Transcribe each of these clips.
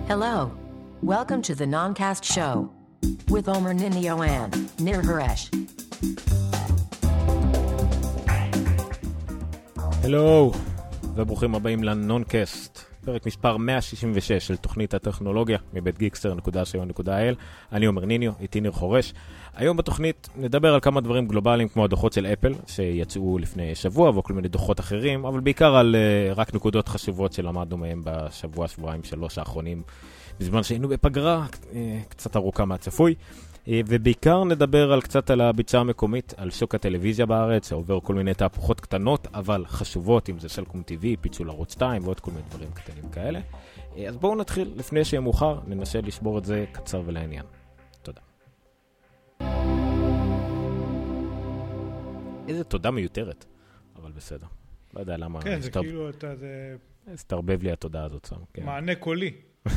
Hello. Welcome to the Noncast Show with Omer Ninio and Nir Haresh. הלו, וברוכים הבאים לנונקאסט, פרק מספר 166 של תוכנית הטכנולוגיה מבית geekster.co.il. אני עומר ניניו, איתי ניר חורש. היום בתוכנית נדבר על כמה דברים גלובליים כמו הדוחות של אפל שיצאו לפני שבוע וכל מיני דוחות אחרים, אבל בעיקר על רק נקודות חשובות שלמדנו מהם בשבוע, שבועיים, שלוש האחרונים, בזמן שהיינו בפגרה קצת ארוכה מהצפוי. ובעיקר נדבר על קצת על הביצה המקומית, על שוק הטלוויזיה בארץ, שעובר כל מיני תהפוכות קטנות, אבל חשובות, אם זה סלקום TV, פיצול ערוץ 2 ועוד כל מיני דברים קטנים כאלה. אז בואו נתחיל, לפני שיהיה מאוחר, ננסה לשבור את זה קצר ולעניין. תודה. איזה תודה מיותרת, אבל בסדר. לא יודע למה... כן, זה כאילו אתה... הסתרבב לי התודה הזאת שם. כן. מענה קולי.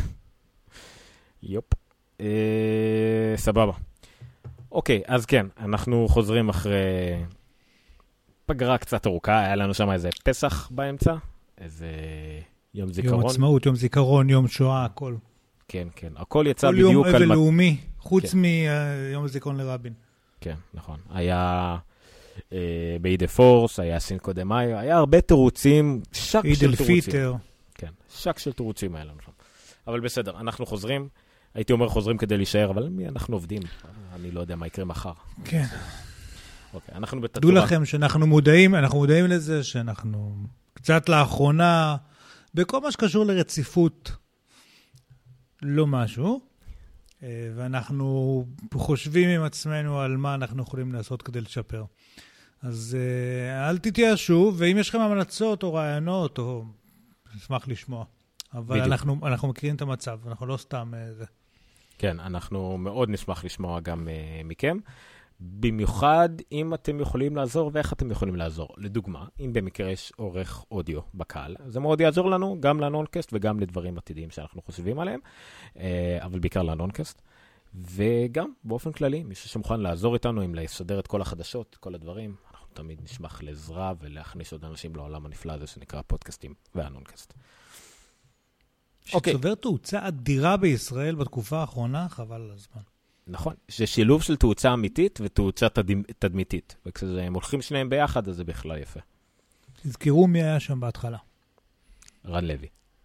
יופ. סבבה. אוקיי, אז כן, אנחנו חוזרים אחרי פגרה קצת ארוכה, היה לנו שם איזה פסח באמצע, איזה יום זיכרון. יום עצמאות, יום זיכרון, יום שואה, הכל. כן, כן, הכל יצא בדיוק על... כל יום אבל לאומי, חוץ מיום זיכרון לרבין. כן, נכון. היה באידה פורס, היה סינקו דה מאיו, היה הרבה תירוצים, שק של תירוצים. אידל פיטר. כן, שק של תירוצים היה לנו שם. אבל בסדר, אנחנו חוזרים. הייתי אומר חוזרים כדי להישאר, אבל מי אנחנו עובדים? אני לא יודע מה יקרה מחר. כן. אוקיי, אנחנו בתצורה. דעו לכם שאנחנו מודעים לזה שאנחנו קצת לאחרונה, בכל מה שקשור לרציפות, לא משהו, ואנחנו חושבים עם עצמנו על מה אנחנו יכולים לעשות כדי לשפר. אז אל תתייאשו, ואם יש לכם המלצות או רעיונות, או נשמח לשמוע. אבל אנחנו מכירים את המצב, אנחנו לא סתם זה. כן, אנחנו מאוד נשמח לשמוע גם מכם. במיוחד אם אתם יכולים לעזור ואיך אתם יכולים לעזור. לדוגמה, אם במקרה יש עורך אודיו בקהל, זה מאוד יעזור לנו גם לנונקאסט וגם לדברים עתידיים שאנחנו חושבים עליהם, אבל בעיקר לנונקאסט. וגם באופן כללי, מישהו שמוכן לעזור איתנו עם לסדר את כל החדשות, כל הדברים, אנחנו תמיד נשמח לעזרה ולהכניס עוד אנשים לעולם הנפלא הזה שנקרא פודקאסטים והנונקאסט. שצובר תאוצה אדירה בישראל בתקופה האחרונה, חבל על הזמן. נכון, זה שילוב של תאוצה אמיתית ותאוצה תדמיתית, וכשהם הולכים שניהם ביחד, אז זה בכלל יפה. תזכרו מי היה שם בהתחלה. רן לוי.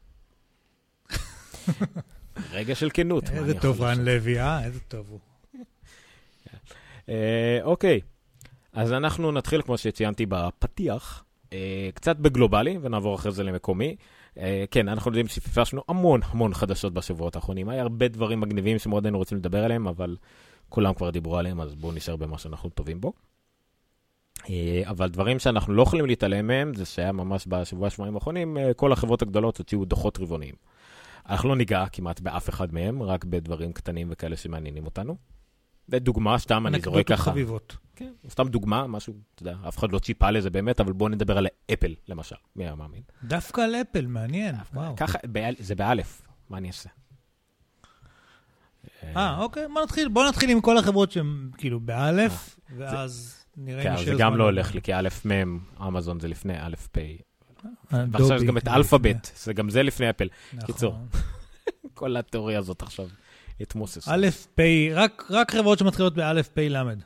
רגע של כנות. איזה טוב רן לוי, איזה טוב הוא. אוקיי, אז אנחנו נתחיל, כמו שציינתי בפתיח, קצת בגלובלי, ונעבור אחרי זה למקומי. כן, אנחנו יודעים שפרשנו המון חדשות בשבועות האחרונים. היה הרבה דברים מגניבים שמאוד היינו רוצים לדבר עליהם, אבל כולם כבר דיברו עליהם, אז בואו נשאר במה שאנחנו טובים בו. אבל דברים שאנחנו לא יכולים להתעלם מהם, זה שהיה ממש בשבוע השבועיים האחרונים, כל החברות הגדולות הוציאו דוחות רבעוניים. אנחנו לא ניגע כמעט באף אחד מהם, רק בדברים קטנים וכאלה שמעניינים אותנו. ודוגמה, סתם אני זורק ככה. חביבות. כן, סתם דוגמה, משהו, אתה יודע, אף אחד לא ציפה לזה באמת, אבל בואו נדבר על אפל, למשל. מי היה מאמין? דווקא על אפל, מעניין. וואו. ככה, זה באלף. מה אני אעשה? אוקיי, בואו נתחיל עם כל החברות שהן כאילו באלף, ואז נראה אם כן, זה גם לא הולך לי, כי אלף מם, אמזון זה לפני אלף פיי. ועכשיו יש גם את אלפאבית, זה גם זה לפני אפל. קיצור, כל התיאוריה הזאת עכשיו התמוסס. אלף פיי, רק חברות שמתחילות באלף פיי למד.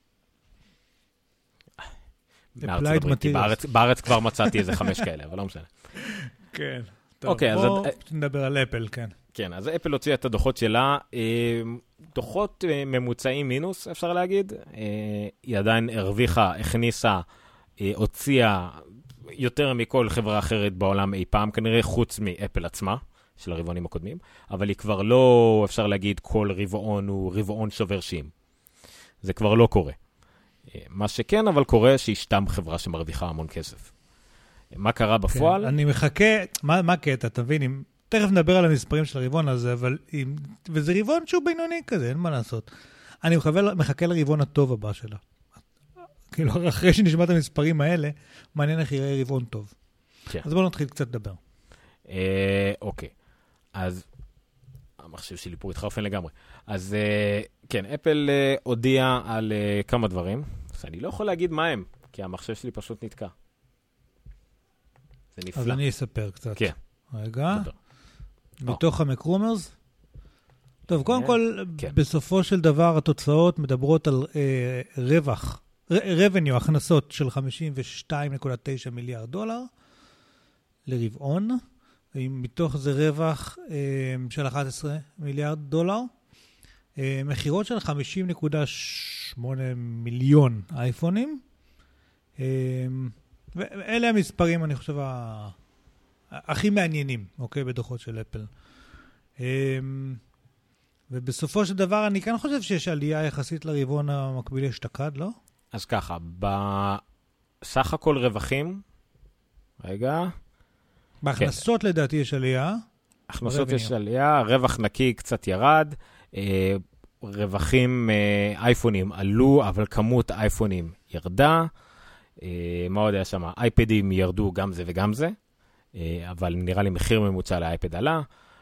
בארץ כבר מצאתי איזה 5 כאלה, אבל לא משנה. כן. טוב, בואו נדבר על אפל, כן. כן, אז אפל הוציאה את הדוחות שלה, דוחות ממוצעים מינוס, אפשר להגיד. היא עדיין הרוויחה, הכניסה, הוציאה יותר מכל חברה אחרת בעולם אי פעם, כנראה חוץ מאפל עצמה, של הרבעונים הקודמים, אבל היא כבר לא, אפשר להגיד, כל רבעון הוא רבעון שובר שיאים. זה כבר לא קורה. מה שכן, אבל קורה שהיא סתם חברה שמרוויחה המון כסף. מה קרה בפועל? אני מחכה, מה הקטע, תבין, תכף נדבר על המספרים של הרבעון הזה, וזה רבעון שהוא בינוני כזה, אין מה לעשות. אני מחכה לרבעון הטוב הבא שלה. כאילו, אחרי שנשמע את המספרים האלה, מעניין איך יראה רבעון טוב. אז בואו נתחיל קצת לדבר. אוקיי. אז המחשב שלי פה התחרפן לגמרי. אז כן, אפל הודיע על כמה דברים. אז אני לא יכול להגיד מה הם, כי המחשב שלי פשוט נתקע. זה נפלא. אז אני אספר קצת. כן. רגע. מתוך המקרומרס? טוב, קודם כל, בסופו של דבר התוצאות מדברות על רווח, revenue, הכנסות של $52.9 מיליארד לרבעון, מתוך זה רווח של $11 מיליארד, מחירות של 50.8 מיליון אייפונים, ואלה המספרים, אני חושב, הכי מעניינים, אוקיי, בדוחות של אפל. ובסופו של דבר, אני כאן חושב שיש עלייה יחסית לרבעון המקביל אשתקד, לא? אז ככה, בסך הכל רווחים, רגע. בהכנסות כן. לדעתי יש עלייה. הכנסות יש עלייה, רווח נקי קצת ירד, רווחים אייפונים עלו, אבל כמות אייפונים ירדה. מה עוד היה שם? אייפדים ירדו גם זה וגם זה, אבל נראה לי מחיר ממוצע לאייפד עלה.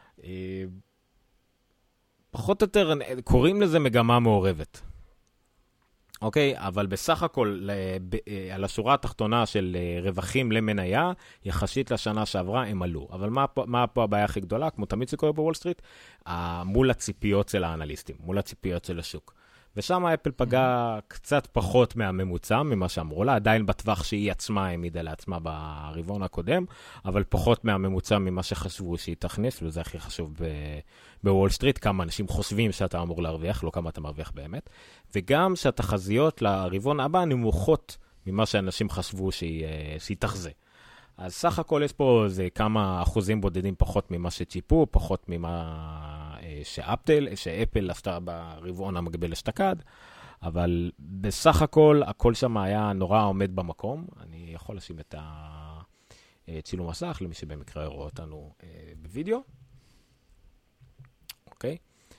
פחות או יותר קוראים לזה מגמה מעורבת. אוקיי, אבל בסך הכל, על השורה התחתונה של רווחים למניה, יחסית לשנה שעברה הם עלו. אבל מה פה הבעיה הכי גדולה? כמו תמיד שקורה בוול סטריט, מול הציפיות של האנליסטים, מול הציפיות של השוק. ושם אפל פגע קצת פחות מהממוצע, ממה שאמרו לה, עדיין בטווח שהיא עצמה העמידה לעצמה ברבעון הקודם, אבל פחות מהממוצע ממה שחשבו שהיא תכניס, וזה הכי חשוב בוול סטריט, כמה אנשים חושבים שאתה אמור להרוויח, לא כמה אתה מרוויח באמת, וגם שהתחזיות לרבעון הבא נמוכות ממה שאנשים חשבו שהיא תחזה. אז סך הכל יש פה זה כמה אחוזים בודדים פחות ממה שציפו, פחות ממה שאפל עשתה ברבעון המקביל אשתקד, אבל בסך הכל, הכל שם היה נורא עומד במקום. אני יכול לשים את הצילום מסך, למי שבמקרה רואה אותנו בווידאו. אוקיי.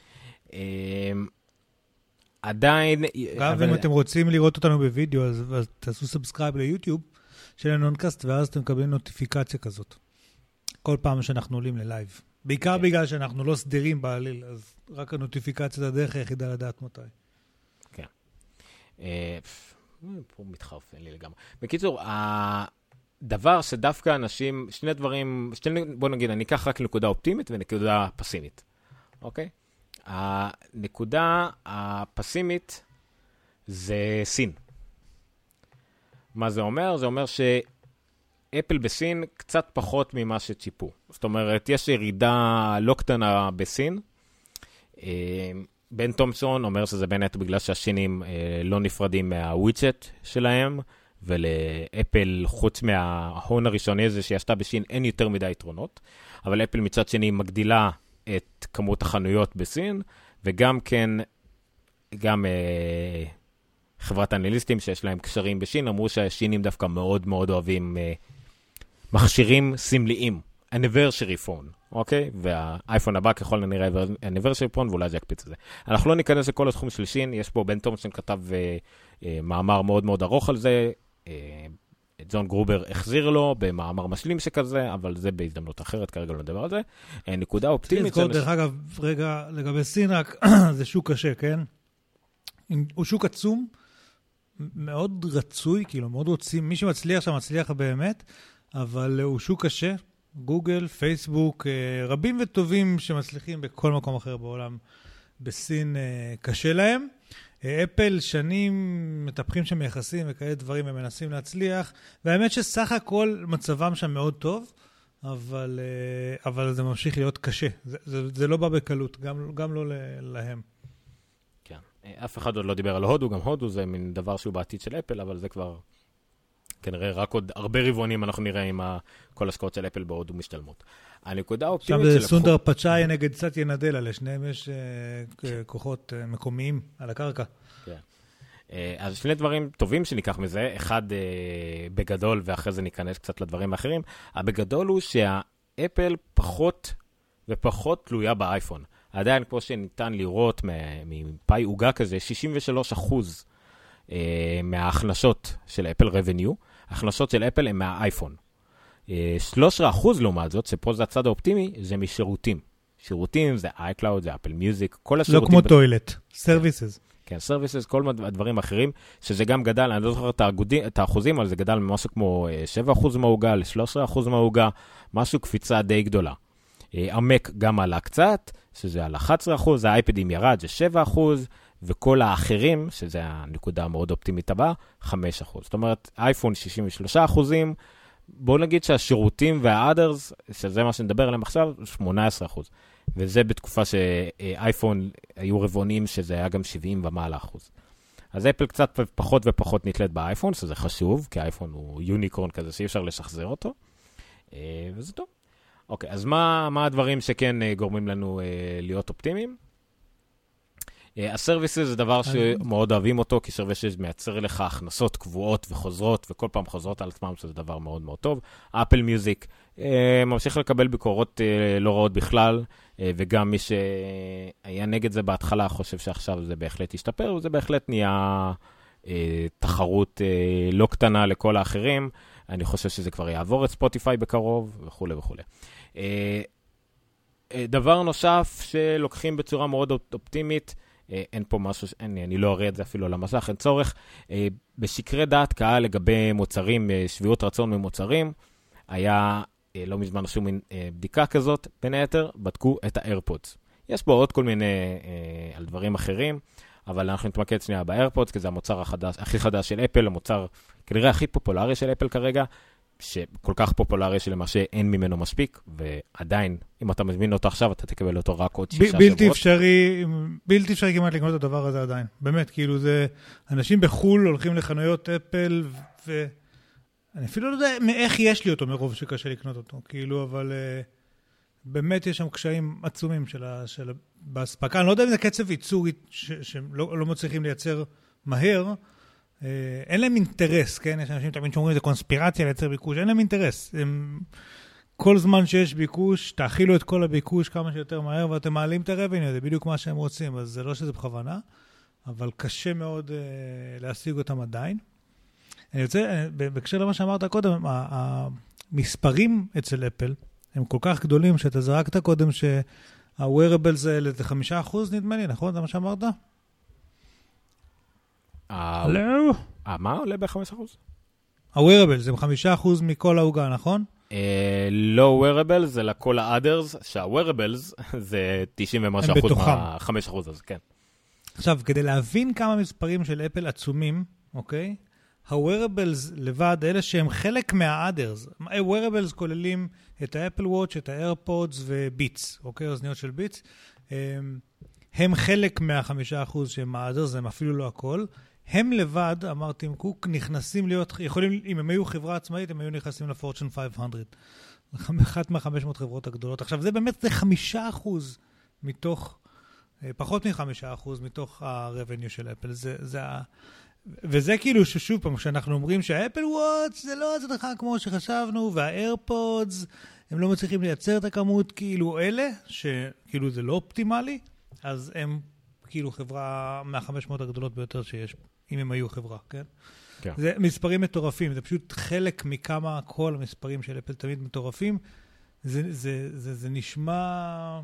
עדיין... גם אם אתם רוצים לראות אותנו בווידאו, אז תעשו סאבסקרייב ליוטיוב של הנונקאסט, ואז אתם מקבלים נוטיפיקציה כזאת. כל פעם שאנחנו עולים ללייב. בעיקר בגלל שאנחנו לא סדרים בעליל, אז רק הנוטיפיקציה הדרך היחידה לדעת מתי. כן. פה מתחרפן לי לגמרי. בקיצור, הדבר שדווקא אנשים, שני דברים, בוא נגיד, אני אקח רק נקודה אופטימית ונקודה פסימית. אוקיי? הנקודה הפסימית זה סין. מה זה אומר? זה אומר שאפל בסין קצת פחות ממה שציפו. זאת אומרת, יש ירידה לא קטנה בסין. בן תומפסון אומר שזה באמת בגלל שהשינים לא נפרדים מהוויצ'ט שלהם, ולאפל, חוץ מההון הראשוני הזה שישתה בשין, אין יותר מדי יתרונות. אבל אפל מצד שני מגדילה את כמות החנויות בסין, וגם כן, גם חברת אנליסטים שיש להם קשרים בשין, אמרו שהשינים דווקא מאוד מאוד אוהבים מכשירים סמליים, anniversary phone, אוקיי? והאייפון הבא ככל הנראה anniversary phone, ואולי זה יקפיץ את זה. אנחנו לא ניכנס לכל התחום של שין, יש פה בן תומפסון כתב מאמר מאוד מאוד ארוך על זה, ג'ון גרובר החזיר לו במאמר משלים שכזה, אבל זה בהזדמנות אחרת, כרגע לא נדבר על זה. נקודה אופטימית... דרך אגב, רגע, לגבי סין רק, זה שוק קשה, כן? הוא שוק עצום, מאוד רצוי, כאילו מאוד רוצים, מי שמצליח שם מצליח באמת, אבל הוא שוק קשה, גוגל, פייסבוק, רבים וטובים שמצליחים בכל מקום אחר בעולם, בסין קשה להם. אפל שנים מטפחים שם יחסים וכאלה דברים, הם מנסים להצליח, והאמת שסך הכל מצבם שם מאוד טוב, אבל זה ממשיך להיות קשה. זה לא בא בקלות, גם לא להם. כן. אף אחד עוד לא דיבר על הודו, גם הודו זה מין דבר שהוא בעתיד של אפל, אבל זה כבר כנראה רק עוד הרבה רבעונים אנחנו נראה עם כל השקעות של אפל בהודו משתלמות. הנקודה האופטימית שם זה סונדר פצ'אי נגד סטיה נדלה, לשניהם יש כוחות מקומיים על הקרקע. כן. אז שני דברים טובים שניקח מזה, אחד בגדול ואחרי זה ניכנס קצת לדברים האחרים. הבגדול הוא שהאפל פחות ופחות תלויה באייפון. עדיין כמו שניתן לראות מפאי עוגה כזה, 63% מההכנסות של אפל רבניו, ההכנסות של אפל הן מהאייפון. 13% לעומת זאת, שפה זה הצד האופטימי, זה משירותים. שירותים זה iCloud, זה אפל מיוזיק, כל השירותים... לא כמו טוילט, סרוויסס. כן, סרוויסס, כל הדברים האחרים, שזה גם גדל, אני לא זוכר את האחוזים, אבל זה גדל ממשהו כמו 7% מהעוגה, ל-13% מהעוגה, משהו קפיצה די גדולה. המק גם עלה קצת, שזה על 11%, האייפדים ירד, זה 7%, וכל האחרים, שזה הנקודה המאוד אופטימית הבאה, 5%. זאת אומרת, אייפון 63%, בואו נגיד שהשירותים והאדרס, שזה מה שנדבר עליהם עכשיו, 18%. וזה בתקופה שאייפון היו רבעונים, שזה היה גם 70 ומעלה אחוז. אז אפל קצת פחות ופחות נתלת באייפון, שזה חשוב, כי האייפון הוא יוניקורן כזה שאי אפשר לשחזר אותו, וזה טוב. אוקיי, אז מה הדברים שכן גורמים לנו להיות אופטימיים? הסרוויסס זה דבר שמאוד אוהבים אותו, כי סרוויסס מייצר לך הכנסות קבועות וחוזרות, וכל פעם חוזרות על עצמם, שזה דבר מאוד מאוד טוב. אפל מיוזיק ממשיך לקבל ביקורות לא רעות בכלל, וגם מי שהיה נגד זה בהתחלה חושב שעכשיו זה בהחלט ישתפר, וזה בהחלט נהיה תחרות לא קטנה לכל האחרים. אני חושב שזה כבר יעבור את ספוטיפיי בקרוב, וכו' וכו'. דבר נוסף שלוקחים בצורה מאוד אופטימית, אין פה משהו, אני לא אראה את זה אפילו למסך, אין צורך. בשקרי דעת קהל לגבי מוצרים, שביעות רצון ממוצרים, היה לא מזמן שום בדיקה כזאת, בין היתר, בדקו את האיירפודס. יש פה עוד כל מיני על דברים אחרים, אבל אנחנו נתמקד שנייה באיירפודס, כי זה המוצר הכי חדש של אפל, המוצר כנראה הכי פופולרי של אפל כרגע, שכל כך פופולרי שלמעשה אין ממנו מספיק, ועדיין, אם אתה מזמין אותו עכשיו, אתה תקבל אותו רק עוד 6 שבועות. בלתי אפשרי כמעט לקנות את הדבר הזה עדיין. באמת, כאילו זה, אנשים בחול הולכים לחנויות אפל, ואני אפילו לא יודע מאיך יש לי אותו מרוב שקשה לקנות אותו, כאילו, אבל באמת יש שם קשיים עצומים בהספקה. אני לא יודע אם זה קצב ייצור שלא מצליחים לייצר מהר, אין להם אינטרס, כן? יש אנשים תמיד שאומרים, זה קונספירציה לייצר ביקוש, אין להם אינטרס. כל זמן שיש ביקוש, תאכילו את כל הביקוש כמה שיותר מהר, ואתם מעלים את הרבניו, זה בדיוק מה שהם רוצים, אז זה לא שזה בכוונה, אבל קשה מאוד להשיג אותם עדיין. אני רוצה, בקשר למה שאמרת קודם, המספרים אצל אפל, הם כל כך גדולים, שאתה זרקת קודם שה-wearables זה 5% נדמה לי, נכון? זה מה שאמרת? לא. מה עולה ב-5%? ה-wearables זה 5% מכל ההוגה, נכון? לא wearables, זה לכל ה-others, שה-wearables זה 90 ומשהו אחוז מה-5%, אז כן. עכשיו, כדי להבין כמה מספרים של אפל עצומים, אוקיי? ה-wearables לבד, אלה שהם חלק מה-others. ה-wearables כוללים את ה-Apple Watch, את ה-AirPods וביטס, אוקיי? אוזניות של ביטס. הם חלק מה-5% שהם ה-others, הם אפילו לא הכל. הם לבד, אמרתי, קוק, נכנסים להיות, יכולים, אם הם היו חברה עצמאית, הם היו נכנסים לפורצ'ן 500. אחת מה-500 חברות הגדולות. עכשיו, זה באמת, זה 5% מתוך, פחות מ-5% מתוך ה-revenue של אפל. וזה כאילו ששוב פעם, כשאנחנו אומרים שהאפל וואץ' זה לא הצלחה כמו שחשבנו, והאיירפודס, הם לא מצליחים לייצר את הכמות כאילו אלה, שכאילו זה לא אופטימלי, אז הם כאילו חברה מה-500 הגדולות ביותר שיש, אם הם היו חברה, כן? כן. זה מספרים מטורפים, זה פשוט חלק מכמה כל המספרים של אפל תמיד מטורפים, זה נשמע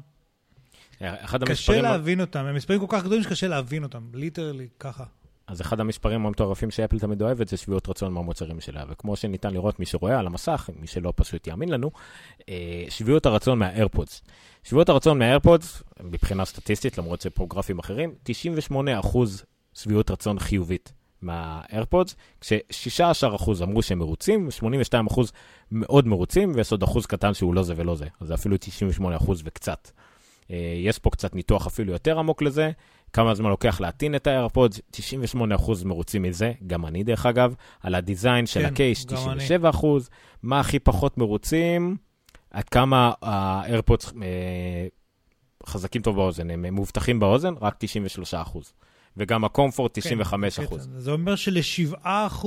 קשה להבין אותם, הם מספרים כל כך גדולים שקשה להבין אותם, ליטרלי ככה. אז אחד המספרים המטורפים שאפל תמיד אוהבת זה שביעות רצון מהמוצרים שלה, וכמו שניתן לראות מי שרואה על המסך, מי שלא פשוט יאמין לנו, שביעות הרצון מהאיירפודס. שביעות הרצון מהאיירפודס, מבחינה סטטיסטית, למרות שפרוגרפים אחרים, 98% שביעות רצון חיובית מהאיירפודס, כש16% אמרו שהם מרוצים, ו82% מאוד מרוצים, ויש עוד אחוז קטן שהוא לא זה ולא זה, אז זה אפילו 98% וקצת. יש פה קצת ניתוח אפילו יותר עמוק לזה, כמה זמן לוקח להטעין את האיירפודס, 98% מרוצים מזה, גם אני דרך אגב, על הדיזיין של הקייס, 97%, מה הכי פחות מרוצים, עד כמה האיירפודס חזקים טוב באוזן, הם מובטחים באוזן, רק 93%, וגם הקומפורט 95%. זה אומר של7%,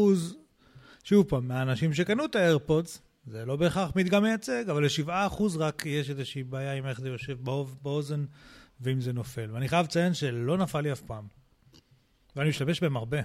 שוב פעם, מהאנשים שקנו את האיירפודס, זה לא בהכרח מדגם מייצג, אבל ל7% רק יש איזושהי בעיה עם איך זה יושב באוזן, ואם זה נופל. ואני חייב לציין שלא נפל לי אף פעם. ואני משתמש בהם הרבה.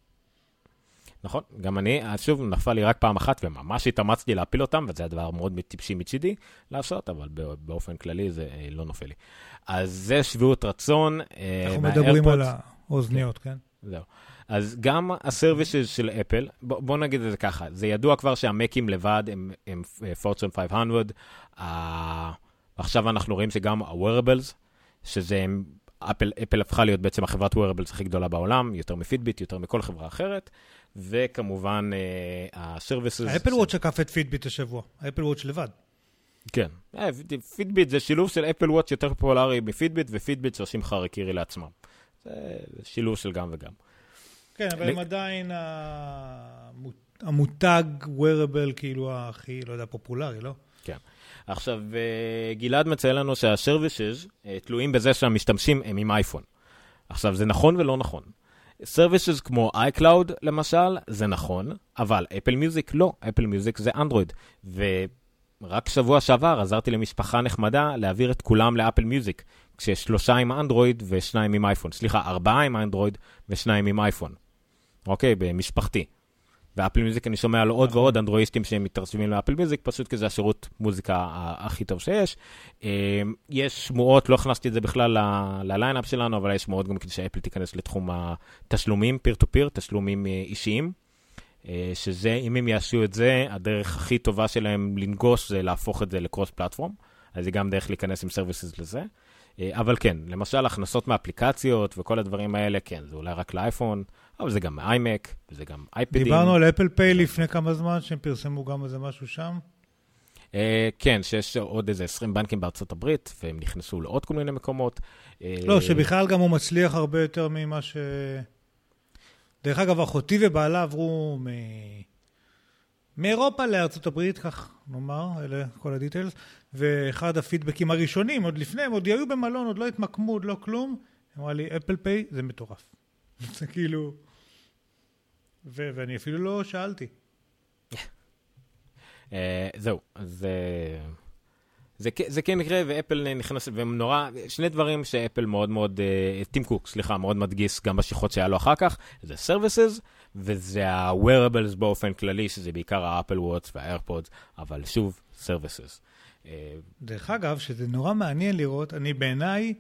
נכון, גם אני, שוב, נפל לי רק פעם אחת, וממש התאמצתי להפיל אותם, וזה הדבר מאוד טיפשי מצידי לעשות, אבל באופן כללי זה לא נופל לי. אז זה שביעות רצון. אנחנו מדברים על האוזניות, כן? זהו. אז גם הסרוויסס של אפל, בוא נגיד את זה ככה, זה ידוע כבר שהמקים לבד הם Fortune 500, עכשיו אנחנו רואים שגם ה-wearables, שזה אפל הפכה להיות בעצם החברת wearables הכי גדולה בעולם, יותר מפידביט, יותר מכל חברה אחרת, וכמובן ה-services... האפל וואץ' עקף את פידביט השבוע, האפל וואץ' לבד. כן, פידביט זה שילוב של אפל וואץ' יותר פופולרי מפידביט, ופידביט שעושים חרקירי לעצמם. זה שילוב של גם וגם. כן, אבל הם עדיין המותג wearable כאילו הכי, לא יודע, פופולרי, לא? כן. עכשיו, גלעד מציין לנו שה-services תלויים בזה שהמשתמשים הם עם אייפון. עכשיו, זה נכון ולא נכון. services כמו iCloud, למשל, זה נכון, אבל אפל מיוזיק לא. אפל מיוזיק זה אנדרואיד. ורק שבוע שעבר עזרתי למשפחה נחמדה להעביר את כולם לאפל מיוזיק, כשיש 3 עם אנדרואיד ו2 עם אייפון. סליחה, 4 עם אנדרואיד ו2 עם אייפון. אוקיי, במשפחתי. ואפל מיוזיק אני שומע על עוד ועוד אנדרואיסטים שהם מתרשמים לאפל מיוזיק, פשוט כי זה השירות מוזיקה הכי טוב שיש. יש שמועות, לא הכנסתי את זה בכלל לליינאפ שלנו, אבל יש שמועות גם כדי שאפל תיכנס לתחום התשלומים, פיר-טו-פיר, תשלומים אישיים, שזה, אם הם יעשו את זה, הדרך הכי טובה שלהם לנגוש זה להפוך את זה לקרוס פלטפורם, אז זה גם דרך להיכנס עם סרוויסס לזה. אבל כן, למשל, הכנסות מאפליקציות וכל הדברים האלה, כן, זה אולי רק לאייפון, אבל זה גם איימק, וזה גם אייפדים. דיברנו על אפל פיי לפני כמה זמן, שהם פרסמו גם איזה משהו שם. כן, שיש עוד איזה 20 בנקים בארצות הברית, והם נכנסו לעוד כל מיני מקומות. לא, שבכלל גם הוא מצליח הרבה יותר ממה ש... דרך אגב, אחותי ובעלה עברו מאירופה לארצות הברית, כך נאמר, אלה כל הדיטיילס, ואחד הפידבקים הראשונים, עוד לפני, הם עוד היו במלון, עוד לא התמקמו, עוד לא כלום, אמרה לי, אפל פיי זה מטורף. זה כאילו... ואני אפילו לא שאלתי. זהו, זה כן יקרה, ואפל נכנס, ונורא, שני דברים שאפל מאוד מאוד, טים קוק, סליחה, מאוד מדגיס גם בשיחות שהיה לו אחר כך, זה services, וזה ה-wearables באופן כללי, שזה בעיקר האפל וואץ' והאיירפודס, אבל שוב, services. דרך אגב, שזה נורא מעניין לראות, אני בעיניי,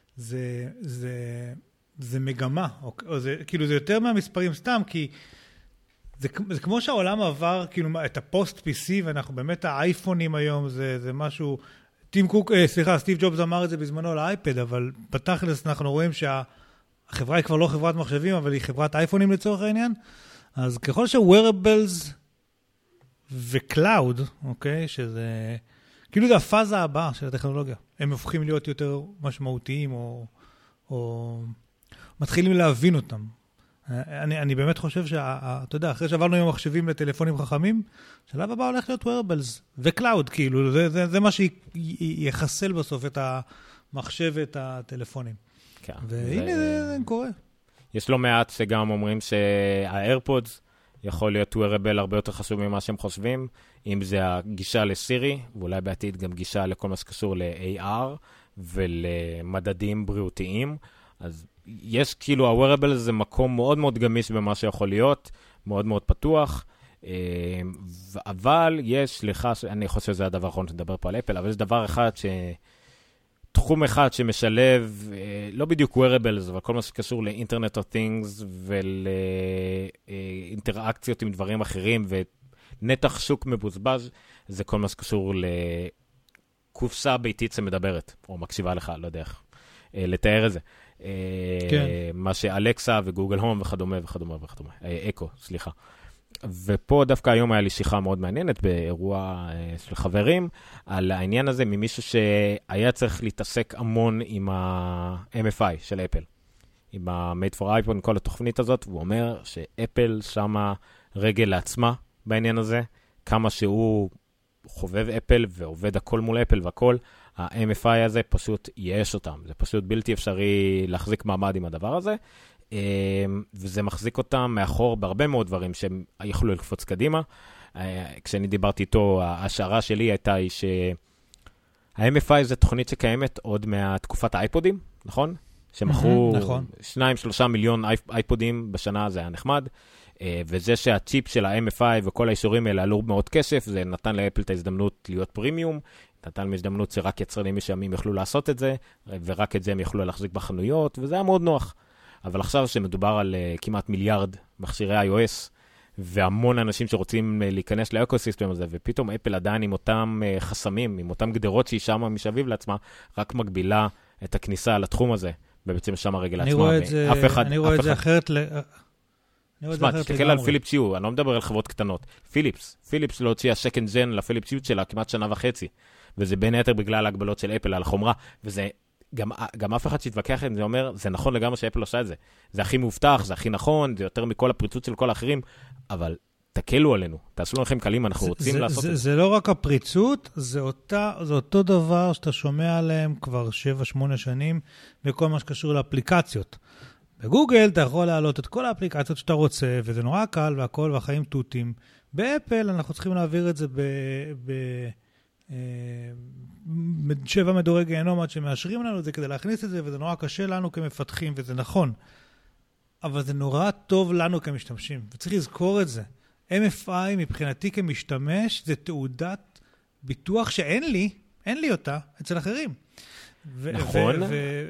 זה מגמה, או זה, כאילו זה יותר מהמספרים סתם, כי זה כמו שהעולם עבר, כאילו את הפוסט PC, ואנחנו באמת האייפונים היום, זה משהו, סטיב ג'ובס אמר את זה בזמנו לאייפד, אבל בתכלס אנחנו רואים שהחברה היא כבר לא חברת מחשבים, אבל היא חברת אייפונים לצורך העניין, אז ככל ש-wearables ו-cloud, אוקיי, שזה, כאילו זה הפאזה הבאה של הטכנולוגיה, הם הופכים להיות יותר משמעותיים, או מתחילים להבין אותם. אני באמת חושב אתה יודע, אחרי שעברנו עם המחשבים לטלפונים חכמים, שלב הבא הולך להיות wearables ו-cloud, כאילו, זה מה שיחסל בסוף את המחשב ואת הטלפונים. כן. והנה זה קורה. יש לא מעט שגם אומרים שה-AirPods יכול להיות wearable הרבה יותר חשוב ממה שהם חושבים, אם זה הגישה לסירי, ואולי בעתיד גם גישה לכל מה שקשור ל-AR ולמדדים בריאותיים, אז יש כאילו, ה-wearable זה מקום מאוד מאוד גמיש במה שיכול להיות, מאוד מאוד פתוח, אבל יש לך, אני חושב שזה הדבר האחרון שנדבר פה על אפל, אבל יש דבר אחד תחום אחד שמשלב, לא בדיוק wearables, אבל כל מה שקשור ל-Internet of Things ולאינטראקציות עם דברים אחרים, ונתח שוק מבוזבז, זה כל מה שקשור לקופסה ביתית שמדברת, או מקשיבה לך, לא יודע איך לתאר את זה. מה שאלקסה וגוגל הום וכדומה וכדומה וכדומה. אקו, סליחה. ופה דווקא היום היה לי שיחה מאוד מעניינת באירוע של חברים, על העניין הזה ממישהו שהיה צריך להתעסק המון עם ה-MFI של אפל. עם ה-Made for iPhone, כל התוכנית הזאת, והוא אומר שאפל שמה רגל לעצמה בעניין הזה, כמה שהוא חובב אפל ועובד הכל מול אפל והכל, ה-MFI הזה פשוט יש אותם. זה פשוט בלתי אפשרי להחזיק מעמד עם הדבר הזה, וזה מחזיק אותם מאחור בהרבה מאוד דברים שהם יכולו לקפוץ קדימה. כשאני דיברתי איתו, ההשערה שלי הייתה שה-MFI זה תוכנית שקיימת עוד מהתקופת האייפודים, נכון? שמכרו 2-3 מיליון אייפודים בשנה, זה היה נחמד. וזה שהצ'יפ של ה-MFI וכל האישורים האלה עלו מאוד כסף, זה נתן לאפל את ההזדמנות להיות פרימיום, נתן להם הזדמנות שרק יצרנים משעמים יכלו לעשות את זה, ורק את זה הם יכלו להחזיק בחנויות, וזה היה מאוד נוח. אבל עכשיו שמדובר על כמעט מיליארד מכשירי iOS, והמון אנשים שרוצים להיכנס לאקוסיסטם הזה, ופתאום אפל עדיין עם אותם חסמים, עם אותם גדרות שהיא שמה משביב לעצמה, רק מגבילה את הכניסה לתחום הזה, ובעצם שם הרגל עצמה. אני רואה את זה אחרת שמע, תסתכל על פיליפס יו, אני לא מדבר על חברות קטנות. פיליפס לא הוציאה second gen לפיליפס יו שלה כמעט שנה וחצי, וזה בין היתר בגלל ההגבלות של אפל על החומרה, וזה גם אף אחד שהתווכח את זה אומר, זה נכון לגמרי שאפל עושה את זה. זה הכי מובטח, זה הכי נכון, זה יותר מכל הפריצות של כל האחרים, אבל תקלו עלינו, תעשו לכם קלים, אנחנו רוצים לעשות את זה. זה לא רק הפריצות, זה אותו דבר שאתה שומע עליהם כבר 7-8 שנים, בכל מה שקשור לאפליקציות. בגוגל אתה יכול להעלות את כל האפליקציות שאתה רוצה, וזה נורא קל והכל, והחיים תותים. באפל אנחנו צריכים להעביר את זה ב7 מדורי גיהנום עד שמאשרים לנו את זה כדי להכניס את זה, וזה נורא קשה לנו כמפתחים, וזה נכון. אבל זה נורא טוב לנו כמשתמשים, וצריך לזכור את זה. MFI מבחינתי כמשתמש, זה תעודת ביטוח שאין לי אותה אצל אחרים. נכון,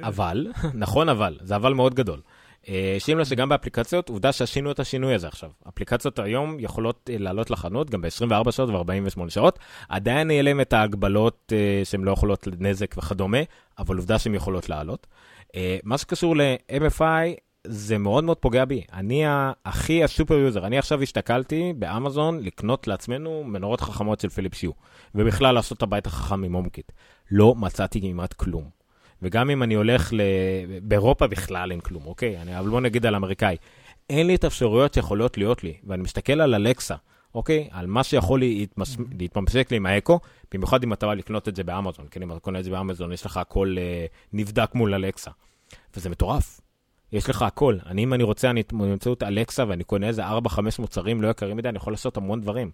אבל, זה אבל מאוד גדול. שימו לה שגם באפליקציות, עובדה שעשינו את השינוי הזה עכשיו. אפליקציות היום יכולות לעלות לחנות גם ב-24 שעות ו-48 שעות. עדיין יהיה להם את ההגבלות שהן לא יכולות לנזק וכדומה, אבל עובדה שהן יכולות לעלות. מה שקשור ל-MFI זה מאוד מאוד פוגע בי. אני הכי הסופר יוזר. אני עכשיו השתקלתי באמזון לקנות לעצמנו מנורות חכמות של פיליפס יו, ובכלל לעשות את הבית החכם עם הומקיט. לא מצאתי כמעט כלום. וגם אם אני הולך באירופה בכלל אין כלום, אוקיי? אבל בוא נגיד על אמריקאי. אין לי את האפשרויות שיכולות להיות לי, ואני מסתכל על אלקסה, אוקיי? על מה שיכול להתממשק לי עם האקו, במיוחד אם אתה בא לקנות את זה באמזון, כן? אם אתה קונה את זה באמזון, יש לך הכל נבדק מול אלקסה. וזה מטורף. יש לך הכל. אם אני רוצה, אני אמצא את אלקסה, ואני קונה איזה 4-5 מוצרים לא יקרים מדי, אני יכול לעשות המון דברים.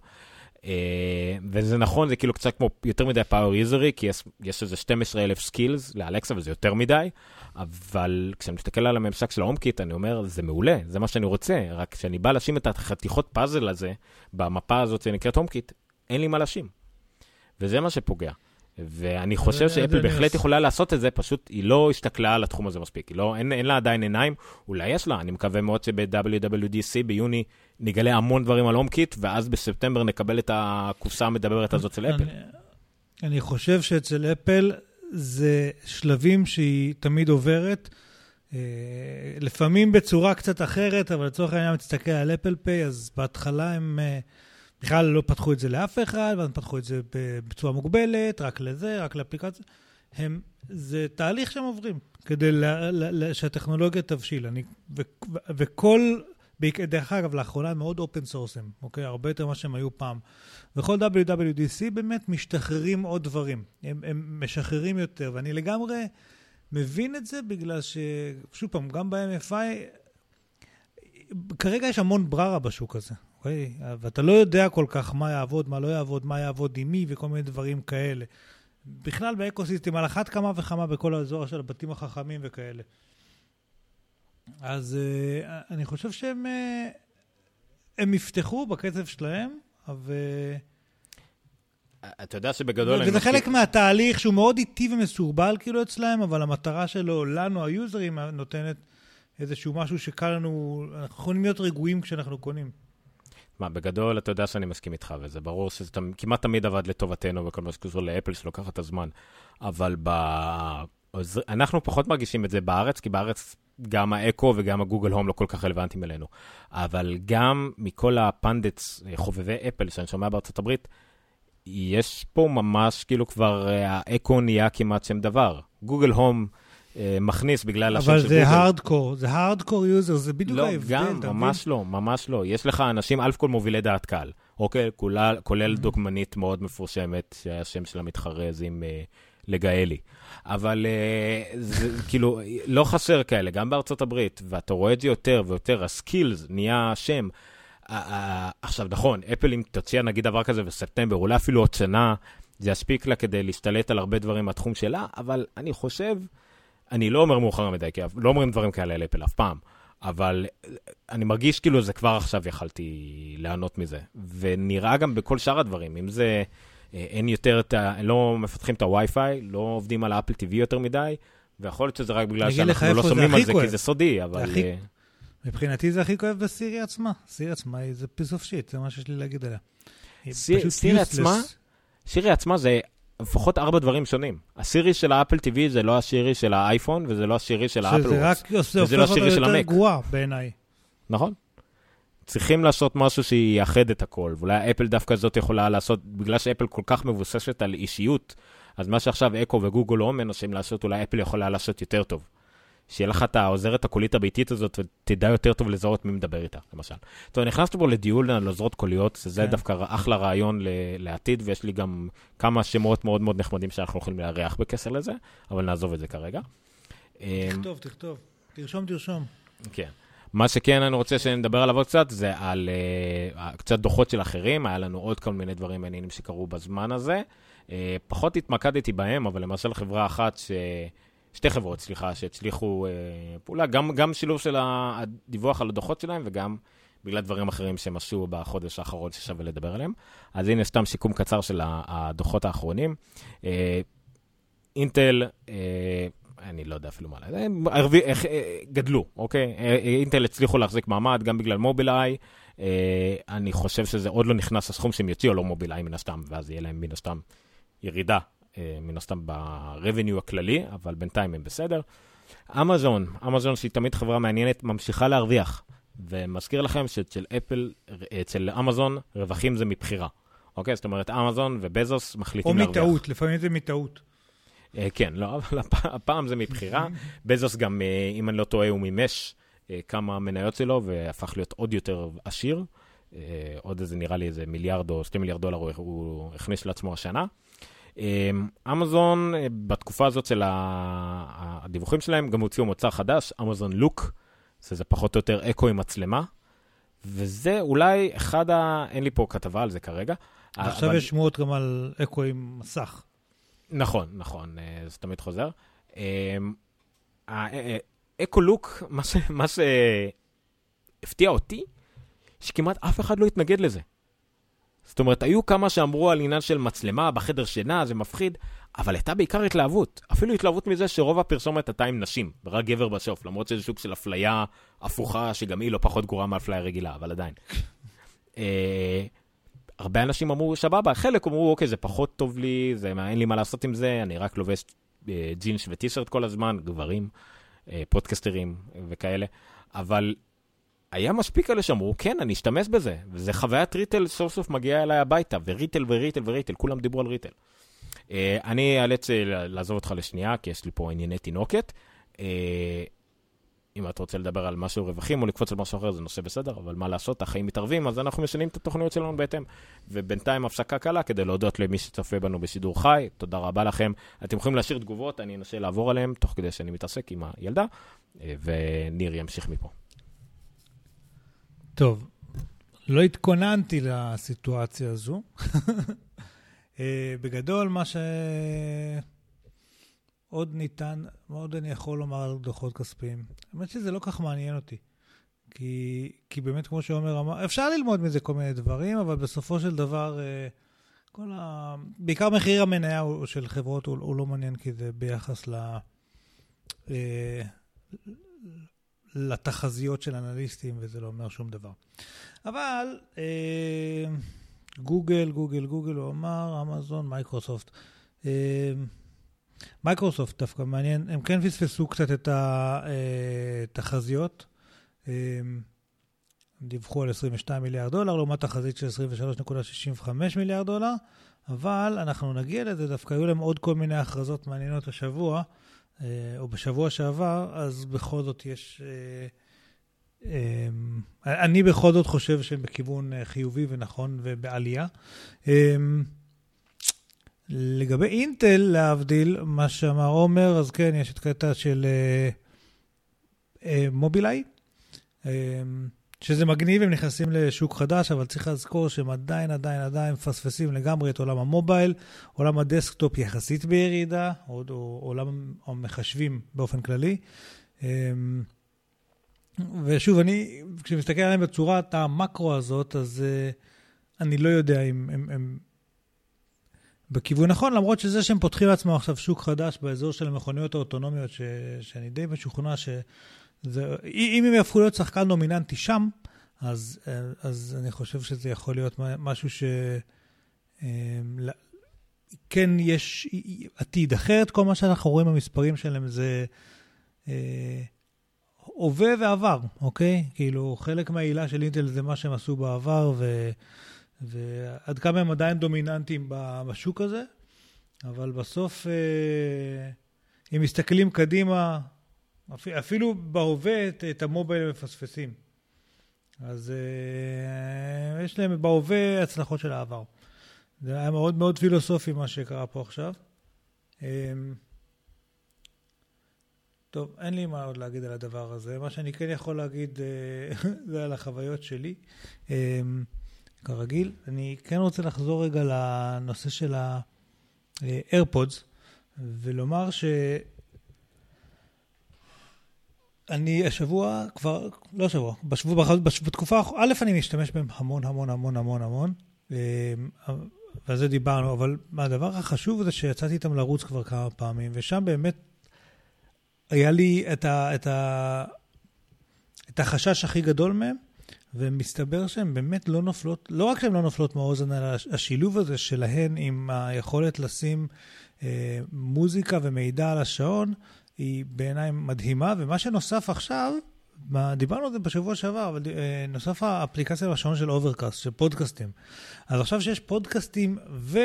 וזה נכון, זה כאילו קצת כמו יותר מדי פאוור יוזרי, כי יש איזה 12,000 סקילס לאלקסה, וזה יותר מדי, אבל כשאני מסתכל על הממשק של ההומקיט, אני אומר, זה מעולה, זה מה שאני רוצה, רק כשאני בא להשים את החתיכות פאזל הזה, במפה הזאת שנקראת הומקיט, אין לי מה להשים. וזה מה שפוגע. ואני חושב שאפל בהחלט יכולה לעשות את זה, פשוט היא לא השתכלה על התחום הזה מספיק, אין לה עדיין עיניים, אולי יש לה, אני מקווה מאוד שב-WWDC ביוני נגלה המון דברים על הומקיט, ואז בספטמבר נקבל את הקופסה המדברת הזאת של אפל. אני חושב שאצל אפל זה שלבים שהיא תמיד עוברת, לפעמים בצורה קצת אחרת, אבל לצורך העניין תסתכל על אפל פיי, אז בהתחלה הם בכלל לא פתחו את זה לאף אחד, ואז פתחו את זה בצורה מוגבלת, רק לזה, רק לאפליקציה. זה תהליך שהם עוברים, כדי שהטכנולוגיה תבשיל. וכל, דרך אגב, לאחרונה הם מאוד אופן סורסים, אוקיי? הרבה יותר מה שהם היו פעם. וכל WWDC באמת משתחררים עוד דברים. הם משחררים יותר, ואני לגמרי מבין את זה, בגלל ששוב פעם, גם ב-MFI, כרגע יש המון בררה בשוק הזה. ואתה לא יודע כל כך מה יעבוד, מה לא יעבוד, מה יעבוד עם מי וכל מיני דברים כאלה. בכלל באקוסיסטם, על אחת כמה וכמה בכל האזור של הבתים החכמים וכאלה. אז אני חושב שהם יפתחו בקצב שלהם, אתה יודע שבגדול... וזה חלק מהתהליך שהוא מאוד איטי ומסורבל כאילו אצלהם, אבל המטרה שלו, לנו היוזרים, נותנת איזשהו משהו שקל לנו, אנחנו יכולים להיות רגועים כשאנחנו קונים. מה, בגדול אתה יודע שאני מסכים איתך, וזה ברור שזה כמעט תמיד עבד לטובתנו, וכל מה שקשור לאפל שלוקח את הזמן, אבל אנחנו פחות מרגישים את זה בארץ, כי בארץ גם האקו וגם הגוגל הום לא כל כך רלוונטיים אלינו, אבל גם מכל הפנדטס, חובבי אפל, שאני שומע בארצות הברית, יש פה ממש, כאילו כבר האקו נהיה כמעט שם דבר. גוגל הום מכניס בגלל השם של גוגל. אבל זה הארדקור, זה הארדקור יוזר, זה בדיוק ההבדל. לא, גם, ממש לא, ממש לא. יש לך אנשים, אלף כל מובילי דעת קהל, אוקיי? כולל דוגמנית מאוד מפורשמת, שהשם שלה מתחרז עם לגאלי. אבל זה כאילו, לא חסר כאלה, גם בארצות הברית, ואתה רואה את זה יותר ויותר, הסקילס נהיה שם. עכשיו, נכון, אפל אם תוציאה נגיד דבר כזה בספטמבר, אולי אפילו עוד שנה, זה יספיק לה כדי להשתלט על הרבה דברים מהתחום שלה, אבל אני חושב, אני לא אומר מאוחר מדי, כי לא אומרים דברים כאלה על אפל אף פעם, אבל אני מרגיש כאילו זה כבר עכשיו יכלתי לענות מזה, ונראה גם בכל שאר הדברים, אם זה אין יותר, לא מפתחים את הווי-פיי, לא עובדים על האפל TV יותר מדי, ויכול להיות שזה רק בגלל שאנחנו לא שומעים על זה, כי זה סודי, אבל... מבחינתי זה הכי כואב בסירי עצמה. סירי עצמה זה piece of shit, זה מה שיש לי להגיד עליה. סירי עצמה זה לפחות 4 דברים שונים. הסירי של האפל TV זה לא הסירי של האייפון, וזה לא הסירי של האפל וואץ. וזה לא הסירי של המק. זה יותר גרוע בעיניי. נכון. צריכים לעשות משהו שיאחד את הכל, ואולי אפל דווקא זאת יכולה לעשות, בגלל שאפל כל כך מבוססת על אישיות, אז מה שעכשיו אקו וגוגל לא מנסים לעשות, אולי אפל יכולה לעשות יותר טוב. שיהיה לך את העוזרת הקולית הביתית הזאת, ותדע יותר טוב לזהות מי מדבר איתה, למשל. טוב, נכנסנו בו לדיול על עוזרות קוליות, שזה דווקא אחלה רעיון לעתיד, ויש לי גם כמה שמות מאוד מאוד נחמדים שאנחנו יכולים להריח בקשר לזה, אבל נעזוב את זה כרגע. תכתוב. תרשום. כן. מה שכן אני רוצה שנדבר עליו עוד קצת, זה על קצת דוחות של אחרים, היה לנו עוד כל מיני דברים מעניינים שקרו בזמן הזה. פחות התמקדתי בהם, אבל למשל חברה אחת, שתי חברות, שהצליחו פעולה, גם שילוב של הדיווח על הדוחות שלהם, וגם בגלל דברים אחרים שהם עשו בחודש האחרון ששווה לדבר עליהם. אז הנה סתם שיקום קצר של הדוחות האחרונים. אינטל, אני לא יודע אפילו מה, גדלו, אוקיי? אינטל הצליחו להחזיק מעמד, גם בגלל מובילאיי, אני חושב שזה עוד לא נכנס הסכום שהם יוציאו לא מובילאיי מן הסתם, ואז יהיה להם מן הסתם ירידה, מן הסתם ברבניו הכללי, אבל בינתיים הם בסדר. אמזון שהיא תמיד חברה מעניינת, ממשיכה להרוויח, ומזכיר לכם שאצל אמזון רווחים זה מבחירה, אוקיי? זאת אומרת, אמזון ובזוס מחליטים להרוויח. או מטעות, לפעמים זה מטעות. כן, לא, אבל הפעם זה מבחירה. בזוס גם, אם אני לא טועה, הוא מימש כמה מניות שלו, והפך להיות עוד יותר עשיר. עוד איזה, נראה לי, איזה מיליארד או $2 מיליארד הוא הכניס לעצמו השנה. אמזון, בתקופה הזאת של הדיווחים שלהם, גם הוציאו מוצר חדש, אמזון לוק, זה פחות או יותר אקו עם מצלמה, וזה אולי אין לי פה כתבה על זה כרגע. עכשיו יש שמועות גם על אקו עם מסך. נכון, זה תמיד חוזר. אקו-לוק, מה שהפתיע אותי, שכמעט אף אחד לא התנגד לזה. זאת אומרת, היו כמה שאמרו על עניין של מצלמה בחדר שינה, זה מפחיד, אבל הייתה בעיקר התלהבות. אפילו התלהבות מזה שרוב הפרסומת הייתה עם נשים, ורק גבר בסוף, למרות שזה שוק של אפליה הפוכה, שגם היא לא פחות גרועה מאפליה רגילה, אבל עדיין. הרבה אנשים אמרו, שבבה, חלק אמרו, אוקיי, זה פחות טוב לי, אין לי מה לעשות עם זה, אני רק לובש ג'ינס וטישרט כל הזמן, גברים, פודקסטרים וכאלה, אבל היה מספיק אלה שאמרו, כן, אני אשתמש בזה, וזה חוויית ריטל סוף סוף מגיעה אליי הביתה, וריטל, כולם דיברו על ריטל. אני אאלץ לעזוב אותך לשנייה, כי יש לי פה ענייני תינוקת, אם אתה רוצה לדבר על משהו רווחים או לקפוץ על משהו אחר, זה נושא בסדר, אבל מה לעשות, החיים מתערבים, אז אנחנו משנים את התוכניות שלנו בהתאם. ובינתיים הפסקה קלה, כדי להודות למי שצופה בנו בשידור חי, תודה רבה לכם. אתם יכולים להשאיר תגובות, אני אנסה לעבור עליהם, תוך כדי שאני מתעסק עם הילדה, וניר ימשיך מפה. טוב, לא התכוננתי לסיטואציה הזו. בגדול, מה עוד אני יכול לומר על דוחות כספיים. האמת שזה לא כך מעניין אותי. כי באמת, כמו שאומר אמר, אפשר ללמוד מזה כל מיני דברים, אבל בסופו של דבר, בעיקר מחיר המניה של חברות הוא לא מעניין, כי זה ביחס לתחזיות של אנליסטים, וזה לא אומר שום דבר. אבל גוגל, הוא אמר, אמזון, מייקרוסופט. מייקרוסופט דווקא מעניין, הם כן פספסו קצת את התחזיות, דיווחו על $22 מיליארד, לעומת תחזית של $23.65 מיליארד, אבל אנחנו נגיע לזה, דווקא היו להם עוד כל מיני הכרזות מעניינות השבוע, או בשבוע שעבר, אז בכל זאת יש, אני בכל זאת חושב שהם בכיוון חיובי ונכון ובעלייה. לגבי אינטל, להבדיל, מה שאמר עומר, אז כן, יש את קטע של מובילאיי, שזה מגניב, הם נכנסים לשוק חדש, אבל צריך לזכור שהם עדיין מפספסים לגמרי את עולם המובייל, עולם הדסקטופ יחסית בירידה, או עולם המחשבים באופן כללי. ושוב, כשמסתכל עליהם בצורת המקרו הזאת, אז אני לא יודע אם הם בכיוון נכון, למרות שזה שהם פותחים לעצמם עכשיו שוק חדש באזור של המכוניות האוטונומיות, שאני די משוכנע אם הם יהפכו להיות שחקן דומיננטי שם, אז אני חושב שזה יכול להיות משהו כן יש עתיד. אחרת כל מה שאנחנו רואים במספרים שלהם זה הווה ועבר, אוקיי? כאילו חלק מהעילה של אינטל זה מה שהם עשו בעבר, ועד כמה הם עדיין דומיננטיים בשוק הזה, אבל בסוף אם מסתכלים קדימה, אפילו בהווה את המובייל הם מפספסים. אז יש להם בהווה הצלחות של העבר. זה היה מאוד מאוד פילוסופי מה שקרה פה עכשיו. טוב, אין לי מה עוד להגיד על הדבר הזה. מה שאני כן יכול להגיד זה על החוויות שלי. כרגיל, אני כן רוצה לחזור רגע לנושא של ה-AirPods, ולומר אני השבוע כבר, לא שבוע, בתקופה, א' אני משתמש בהם המון המון המון המון המון, ועל זה דיברנו, אבל הדבר החשוב זה שיצאתי איתם לרוץ כבר כמה פעמים, ושם באמת היה לי את החשש הכי גדול מהם, ומסתבר שהן באמת לא נופלות, לא רק שהן לא נופלות מהאוזן, אלא השילוב הזה שלהן עם היכולת לשים מוזיקה ומידע על השעון, היא בעיניי מדהימה, ומה שנוסף עכשיו, דיברנו על זה בשבוע שעבר, אבל נוסף האפליקציה בשעון של אוברקאסט, של פודקאסטים. אז עכשיו שיש פודקאסטים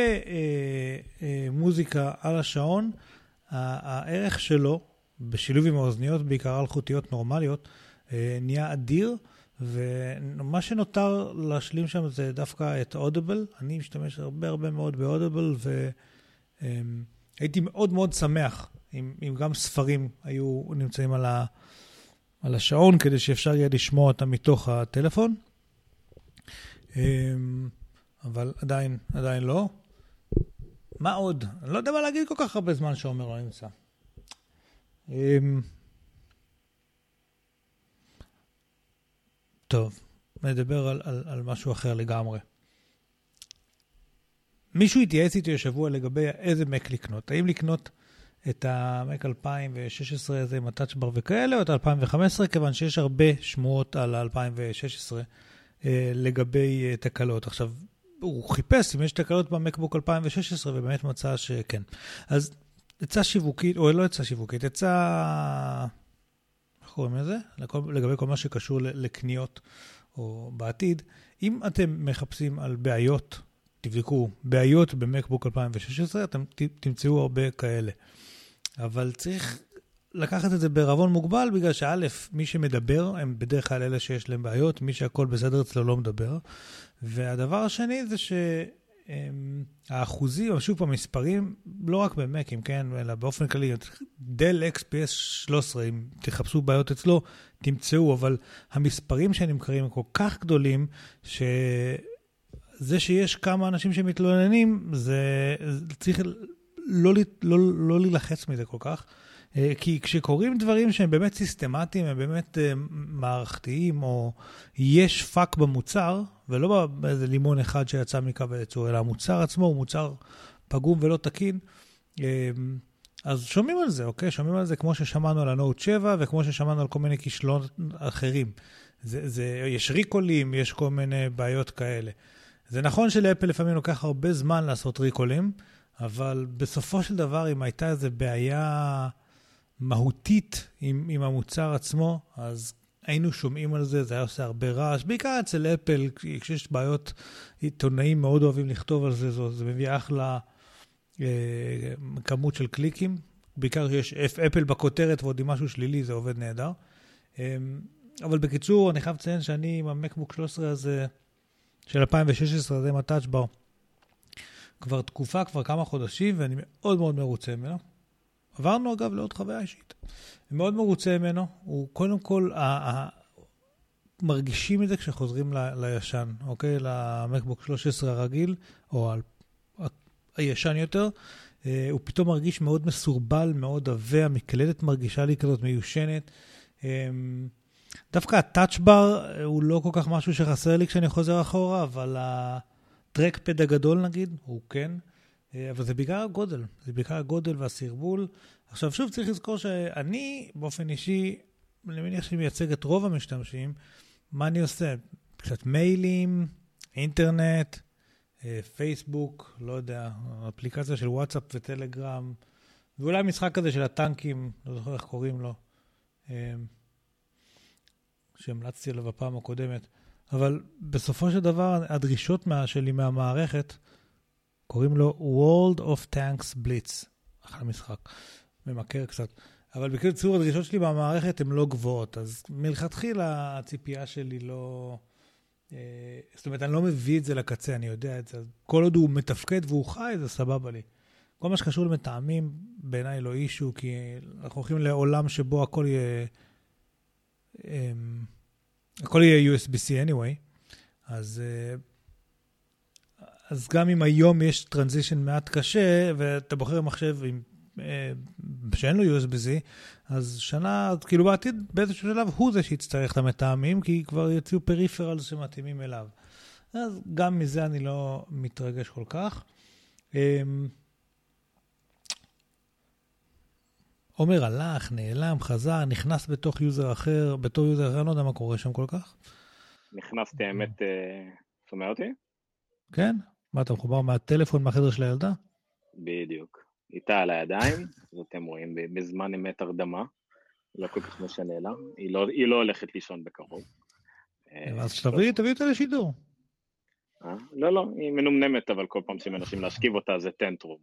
ומוזיקה על השעון, הערך שלו, בשילוב עם האוזניות, בעיקר אלחוטיות נורמליות, נהיה אדיר, ומה שנותר להשלים שם זה דווקא את אודיבל. אני משתמש הרבה מאוד באודיבל, והייתי מאוד מאוד שמח אם גם ספרים היו נמצאים על השעון, כדי שאפשר יהיה לשמוע אותם מתוך הטלפון. אבל עדיין לא. מה עוד? אני לא יודע מה להגיד כל כך הרבה זמן שאומר לא נמצא. טוב, נדבר על משהו אחר לגמרי. מישהו התייעץ איתי השבוע לגבי איזה מק לקנות. האם לקנות את המק 2016 הזה עם הטאצ'בר וכאלה, או את 2015, כיוון שיש הרבה שמועות על 2016 לגבי תקלות. עכשיו, הוא חיפש אם יש תקלות במקבוק 2016, ובאמת מצא שכן. אז יצא שיווקית, או לא יצא שיווקית, יצא, איך קוראים לזה? לגבי כל מה שקשור לקניות או בעתיד. אם אתם מחפשים על בעיות, תבדקו בעיות במקבוק 2016, אתם תמצאו הרבה כאלה. אבל צריך לקחת את זה בערבון מוגבל, בגלל שא', מי שמדבר, הם בדרך כלל אלה שיש להם בעיות, מי שהכל בסדר אצלו לא מדבר. והדבר השני זה שהאחוזים, שוב המספרים, לא רק במקים, כן, אלא באופן כללי, דל XPS 13, אם תחפשו בעיות אצלו, תמצאו, אבל המספרים שנמכרים הם כל כך גדולים, שזה שיש כמה אנשים שמתלוננים, זה צריך לא להילחץ מזה כל כך, כי כשקוראים דברים שהם באמת סיסטמטיים, הם באמת מערכתיים, או יש פאק במוצר, ולא באיזה לימון אחד שיצא מקו הייצור, אלא המוצר עצמו הוא מוצר פגום ולא תקין, אז שומעים על זה, אוקיי? שומעים על זה כמו ששמענו על הנוט 7, וכמו ששמענו על כל מיני כישלונות אחרים. יש ריקולים, יש כל מיני בעיות כאלה. זה נכון שלאפל לפעמים לוקח הרבה זמן לעשות ריקולים, אבל בסופו של דבר, אם הייתה איזו בעיה מהותית עם המוצר עצמו, אז היינו שומעים על זה, זה היה עושה הרבה רעש, בעיקר אצל אפל, כשיש בעיות, עיתונאים מאוד אוהבים לכתוב על זה, זה מביא אחלה כמות של קליקים, בעיקר שיש אפל בכותרת ועוד עם משהו שלילי, זה עובד נהדר. אבל בקיצור, אני חייב לציין שאני עם המקבוק 13 הזה, של 2016, זה עם הטאצ'בר, כבר תקופה, כבר כמה חודשים, ואני מאוד מאוד מרוצה ממנו. עברנו אגב לעוד חוויה אישית. אני מאוד מרוצה ממנו. הוא קודם כל, מרגישים את זה כשחוזרים לישן, אוקיי? למקבוק 13 הרגיל, או הישן יותר. הוא פתאום מרגיש מאוד מסורבל, מאוד עבה, המקלדת מרגישה לי כזאת מיושנת. דווקא הטאצ'בר הוא לא כל כך משהו שחסר לי כשאני חוזר אחורה, אבל הטרקפד הגדול נגיד, הוא כן. אבל זה בעיקר הגודל. זה בעיקר הגודל והסרבול. עכשיו שוב צריך לזכור שאני באופן אישי אני מניח שאני מייצג את רוב המשתמשים, מה אני עושה? קצת מיילים, אינטרנט, פייסבוק, לא יודע, אפליקציה של וואטסאפ וטלגרם, ואולי משחק כזה של הטנקים, לא זוכר איך קוראים לו, שהמלצתי עליו בפעם הקודמת. אבל בסופו של דבר, הדרישות שלי מהמערכת, קוראים לו World of Tanks Blitz, אחלה משחק, ממכר קצת. אבל בקיצור, הדרישות שלי במערכת הן לא גבוהות, אז מלכתחילה הציפייה שלי לא... זאת אומרת, אני לא מביא את זה לקצה, אני יודע את זה. כל עוד הוא מתפקד והוא חי, זה סבבה לי. כל מה שקשור למטעמים, בעיניי לא אישו, כי אנחנו הולכים לעולם שבו הכל יהיה... הכל יהיה USB-C anyway, אז גם אם היום יש טרנזישן מעט קשה, ואתה בוחר מחשב שאין לו USB-C, אז שנה, כאילו בעתיד, באיזשהו שלב, הוא זה שיצטרך את המטעמים, כי כבר יוציאו פריפרלס שמתאימים אליו. אז גם מזה אני לא מתרגש כל כך. עומר הלך, נעלם, חזר, נכנס בתוך יוזר אחר, בתור יוזר אחר, לא יודע מה קורה שם כל כך. נכנסתי, האמת, שומע אותי? כן? מה, אתה מחובר מהטלפון מהחדר של הילדה? בדיוק. איתה על הידיים, אז אתם רואים בזמן אמת הרדמה, לא כל כך משנה לה, היא לא הולכת לישון בקרוב. אז תביא אותה לשידור. לא, היא מנומנמת, אבל כל פעם שמנסים להשכיב אותה זה טנטרום.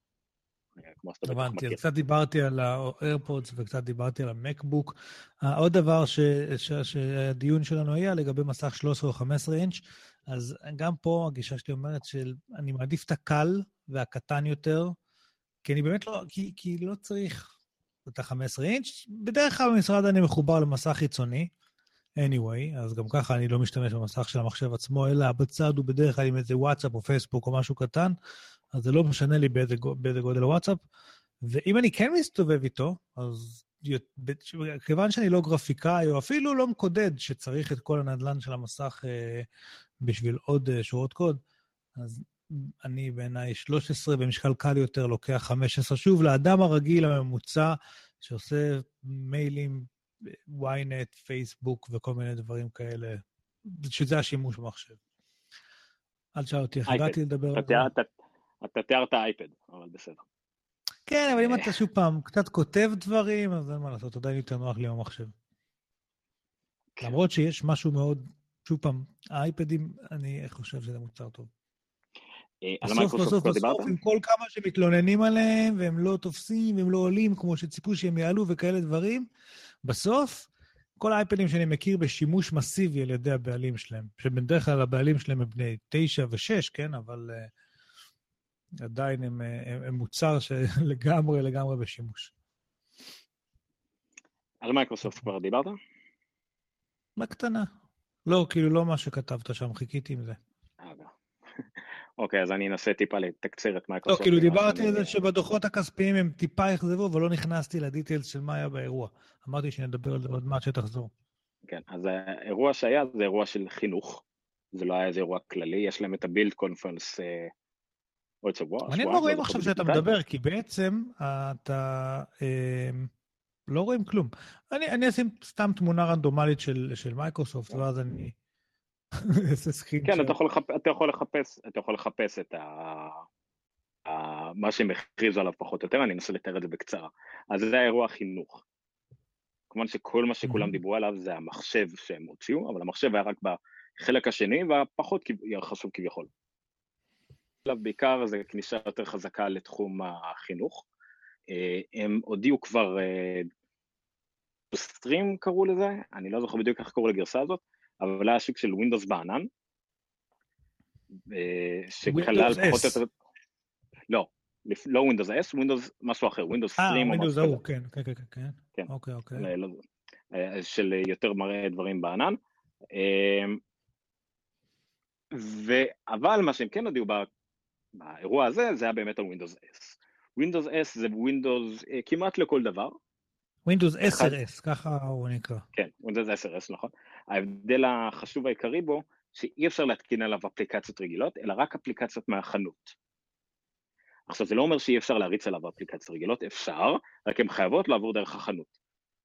הבנתי, קצת דיברתי על האיירפודס וקצת דיברתי על המקבוק. עוד דבר שהדיון שלנו היה לגבי מסך 13 או 15 אינץ', אז גם פה הגישה שלי אומרת שאני מעדיף את הקל והקטן יותר, כי אני באמת לא, כי לא צריך את ה-15 אינץ'. בדרך כלל במשרד אני מחובר למסך חיצוני, anyway, אז גם ככה אני לא משתמש במסך של המחשב עצמו, אלא בצד הוא בדרך כלל עם איזה וואטסאפ או פייסבוק או משהו קטן, אז זה לא משנה לי באיזה גודל וואטסאפ, ואם אני כן מסתובב איתו, אז כיוון שאני לא גרפיקאי, או אפילו לא מקודד שצריך את כל הנדלן של המסך בשביל עוד שורות קוד, אז אני בעיניי 13 במשקל קל יותר לוקח 15, שוב, לאדם הרגיל הממוצע שעושה מיילים, ynet, פייסבוק וכל מיני דברים כאלה, שזה השימוש במחשב. אל תשאל אותי, איך הגעתי לדבר על זה? אתה תיארת אייפד, אבל בסדר. כן, אבל אם אתה שוב פעם קצת כותב דברים, אז אין מה לעשות, עדיין יותר נוח לי במחשב. למרות שיש משהו מאוד, שוב פעם, האייפדים, אני חושב שזה מוצר טוב. בסוף, עם כל כמה שמתלוננים עליהם, והם לא תופסים, והם לא עולים, כמו שציפו שהם יעלו וכאלה דברים, בסוף, כל האייפדים שאני מכיר בשימוש מסיבי על ידי הבעלים שלהם, שבדרך כלל הבעלים שלהם הם בני 9 ו-6, כן, אבל עדיין הם מוצר שלגמרי בשימוש. על מייקרוסופט כבר דיברת? בקטנה. לא, כאילו לא מה שכתבת שם, חיכיתי עם זה. אוקיי, אז אני אנסה טיפה לתקצר את מייקרוסופט. לא, כאילו דיברתי על זה שבדוחות הכספיים הם טיפה יחזבו, אבל לא נכנסתי לדיטיילס של מה היה באירוע. אמרתי שנדבר על זה עוד מעט שתחזור. כן, אז האירוע שהיה זה אירוע של חינוך. זה לא היה איזה אירוע כללי, יש להם את הבילד קונפרנס עוד שבוע. אני לא רואים עכשיו שאתה מדבר, כי בעצם אתה לא רואים כלום. אני אשים סתם תמונה רנדומלית של מייקרוסופט, ואז אני אעשה סקרין. כן, אתה יכול לחפש את מה שהם הכריזו עליו פחות או יותר, אני אנסה לתאר את זה בקצרה. אז זה האירוע חינוך. כמובן שכל מה שכולם דיברו עליו זה המחשב שהם הוציאו, אבל המחשב היה רק בחלק השני, והפחות חשוב כביכול. בעיקר זה כניסה יותר חזקה לתחום החינוך. הם הודיעו כבר סטרים קראו לזה, אני לא זוכר בדיוק איך קראו לגרסה הזאת, אבל היה שוק של ווינדוס בענן, שכלל פחות יותר... לא ווינדוס S, ווינדוס משהו אחר, ווינדוס 20 או משהו אחר. כן. אוקיי. של יותר מראה דברים בענן. אבל מה שהם כן הודיעו באירוע הזה, זה היה באמת על ווינדוס S. ווינדוס S זה ווינדוס כמעט לכל דבר. ווינדוס 10S, ככה הוא נקרא. כן, ווינדוס 10S, נכון. ההבדל החשוב העיקרי בו, שאי אפשר להתקין עליו אפליקציות רגילות, אלא רק אפליקציות מהחנות. עכשיו, זה לא אומר שאי אפשר להריץ עליו אפליקציות רגילות, אפשר, רק הן חייבות לעבור דרך החנות.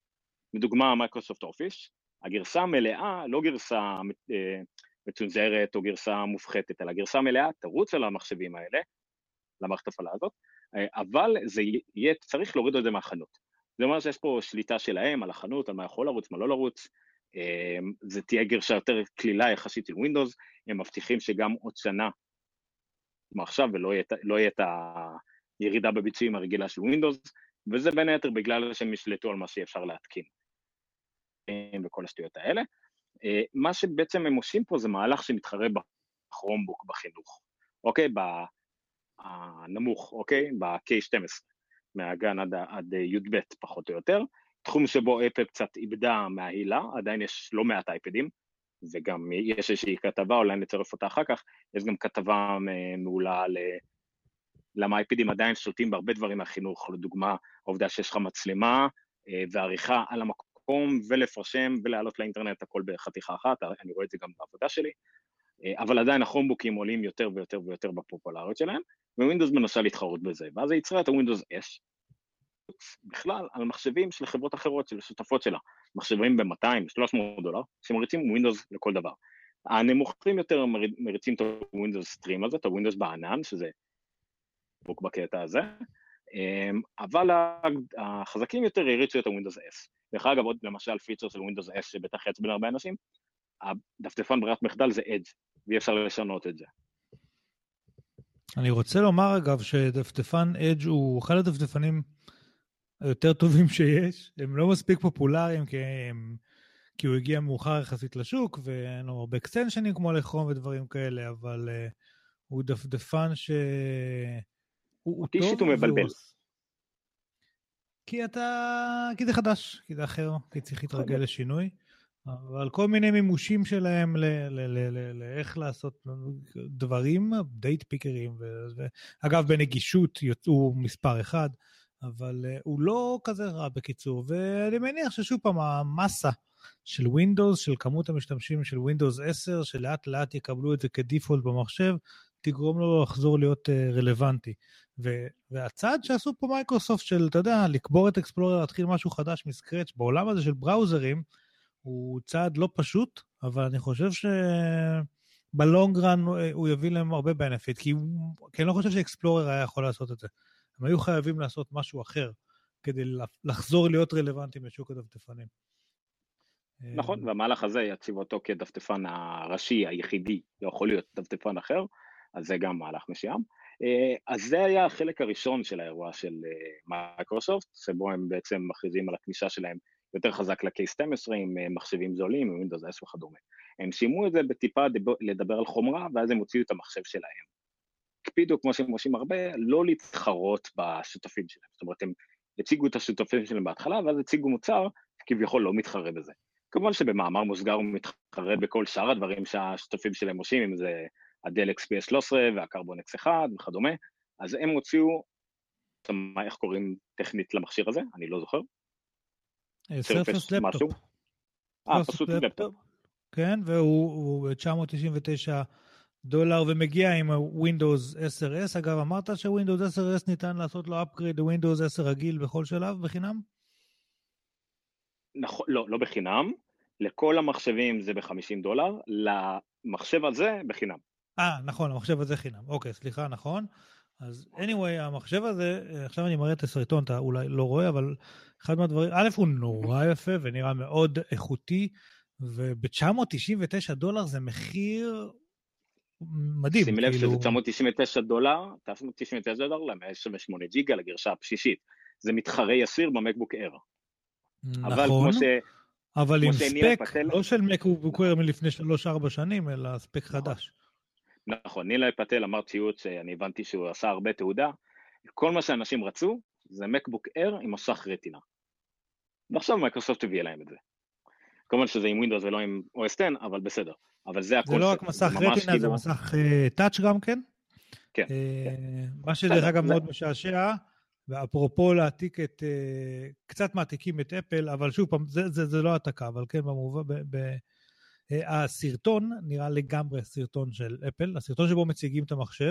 מדוגמה מייקרוסופט אופיס, הגרסה המלאה, לא גרסה מצונזרת או גרסה מופחתת, אלא גרסה מלאה תרוץ על המחשבים האלה, למערכת הפעלה הזאת, אבל זה יהיה, צריך להוריד את זה מהחנות. זה אומר שיש פה שליטה שלהם על החנות, על מה יכול לרוץ, מה לא לרוץ, זה תהיה גרשה יותר כלילה יחסית של ווינדוס, הם מבטיחים שגם עוד שנה, כמו עכשיו, ולא יהיה את הירידה בביצועים הרגילה של ווינדוס, וזה בין היתר בגלל שהם ישלטו על מה שאפשר להתקין, וכל השטויות האלה. מה שבעצם הם עושים פה זה מהלך שמתחרה בכרומבוק בחינוך, אוקיי? הנמוך, אוקיי? ב-K12, מהגן עד י"ב פחות או יותר, תחום שבו אפל קצת איבדה מההילה, עדיין יש לא מעט אייפדים, וגם יש איזושהי כתבה, אולי נצרף אותה אחר כך, יש גם כתבה מעולה למה אייפדים עדיין שולטים בהרבה דברים מהחינוך, לדוגמה, העובדה שיש לך מצלמה ועריכה על המקום, ולפרשם ולהעלות לאינטרנט הכל בחתיכה אחת, אני רואה את זה גם בעבודה שלי, אבל עדיין הכרומבוקים עולים יותר ויותר ויותר בפופולריות שלהם, ווינדוס מנסה להתחרות בזה, ואז זה יצרה את הווינדוס S, בכלל על מחשבים של חברות אחרות, של שותפות שלה, מחשבים ב$200-300, שמריצים ווינדוס לכל דבר. הנמוכים יותר מריצים את הווינדוס סטרים הזה, את הווינדוס בענן, שזה בוק בקטע הזה, אבל החזקים יותר הריצו את הווינדוס S. דרך אגב, עוד למשל פיצ'ר של ווינדוס S, שבטח יעצבן הרבה אנשים, הדפדפן ברירת מחדל זה Edge, ואי אפשר לשנות את זה. אני רוצה לומר אגב שדפדפן Edge הוא אחד הדפדפנים היותר טובים שיש, הם לא מספיק פופולריים כי הוא הגיע מאוחר יחסית לשוק, ואין לו הרבה אקסטנשנים כמו לכרום ודברים כאלה, אבל הוא דפדפן הוא טוב. אישית הוא מבלבל. כי זה חדש, כי זה אחר, כי צריך להתרגל לשינוי, אבל כל מיני מימושים שלהם לאיך לעשות דברים, דייט פיקרים, אגב בנגישות הוא מספר אחד, אבל הוא לא כזה רע בקיצור, ואני מניח ששוב פעם המסה של ווינדוס, של כמות המשתמשים של ווינדוס 10, שלאט לאט יקבלו את זה כדיפולט במחשב, תגרום לו לחזור להיות רלוונטי. והצעד שעשו פה מייקרוסופט של, אתה יודע, לקבור את אקספלורר, להתחיל משהו חדש מסקרץ' בעולם הזה של בראוזרים, הוא צעד לא פשוט, אבל אני חושב שבלונגרן הוא יביא להם הרבה בנפיט, כי אני לא חושב שאקספלורר היה יכול לעשות את זה. הם היו חייבים לעשות משהו אחר, כדי לחזור להיות רלוונטיים לשוק הדפדפנים. נכון, והמהלך הזה יציב אותו כדפדפן הראשי, היחידי, לא יכול להיות דפדפן אחר, אז זה גם מהלך משם. אז זה היה החלק הראשון של האירוע של מייקרוסופט, שבו הם בעצם מכריזים על הכניסה שלהם יותר חזק ל-K12 עם מחשבים זולים, עם Windows 10 וכדומה. הם שימו את זה בטיפה לדבר על חומרה, ואז הם הוציאו את המחשב שלהם. הקפידו, כמו שהם עושים הרבה, לא להתחרות בשותפים שלהם. זאת אומרת, הם הציגו את השותפים שלהם בהתחלה, ואז הציגו מוצר, כביכול לא מתחרה בזה. כמובן שבמאמר מוסגר הוא מתחרה בכל שאר הדברים שהשותפים שלהם עושים, אם זה הדל XPS 13 והקרבון X1 וכדומה, אז הם הוציאו, איך קוראים טכנית למכשיר הזה? אני לא זוכר. סרפס לפטופ. פשוט לפטופ. כן, והוא $999 ומגיע עם ווינדוס 10S. אגב, אמרת שווינדוס 10S ניתן לעשות לו upgrade לווינדוס 10 רגיל בכל שלב בחינם? נכון, לא בחינם. לכל המחשבים זה $50, למחשב הזה בחינם. נכון, המחשב הזה חינם. אוקיי, סליחה, נכון. אז anyway, המחשב הזה, עכשיו אני מראה את הסרטון, אתה אולי לא רואה, אבל אחד מהדברים, א' הוא נורא יפה ונראה מאוד איכותי, וב-$999 זה מחיר מדהים. שימי לב שזה $999, ל-128 ג'יגה לגרשה הפשישית. זה מתחרה יסיר במקבוק אייר. נכון, אבל עם ספק, לא של מקבוק אייר מלפני 3-4 שנים, אלא ספק חדש. נכון, נילה פטל אמר ציוץ שאני הבנתי שהוא עשה הרבה תעודה, כל מה שאנשים רצו זה מקבוק אייר עם מסך רטינה. ועכשיו מייקרוסופט הביאה להם את זה. כמובן שזה עם ווינדוס ולא עם OS X, אבל בסדר. אבל זה הקונספט. זה לא רק מסך רטינה, זה מסך טאץ' גם כן? כן. מה שדרך אגב מאוד משעשע, ואפרופו להעתיק את, קצת מעתיקים את אפל, אבל שוב פעם, זה לא העתקה, אבל כן במובן, הסרטון נראה לגמרי סרטון של אפל, הסרטון שבו מציגים את המחשב.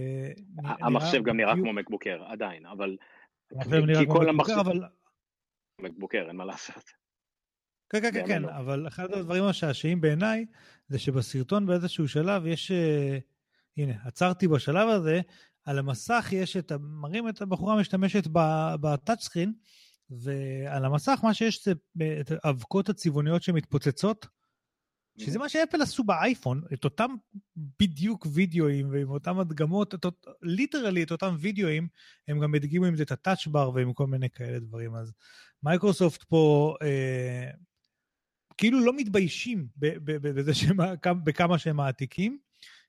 המחשב גם נראה כמו מקבוק אייר, עדיין, אבל... המחשב נראה כמו מקבוק אייר, מקבוקר, אין מה לעשות. כן, כן, כן, כן, אבל אחד הדברים השעשעים בעיניי, זה שבסרטון באיזשהו שלב יש, הנה, עצרתי בשלב הזה, על המסך יש מראים את הבחורה משתמשת בטאצ' סקרין, ועל המסך מה שיש זה את האבקות הצבעוניות שמתפוצצות, שזה מה שאפל עשו באייפון, את אותם בדיוק וידאוים, ועם אותם הדגמות, ליטרלי את אותם וידאוים, הם גם הדגימו עם זה את הטאצ' בר, ועם כל מיני כאלה דברים, אז מייקרוסופט פה, כאילו לא מתביישים בזה בכמה שהם מעתיקים,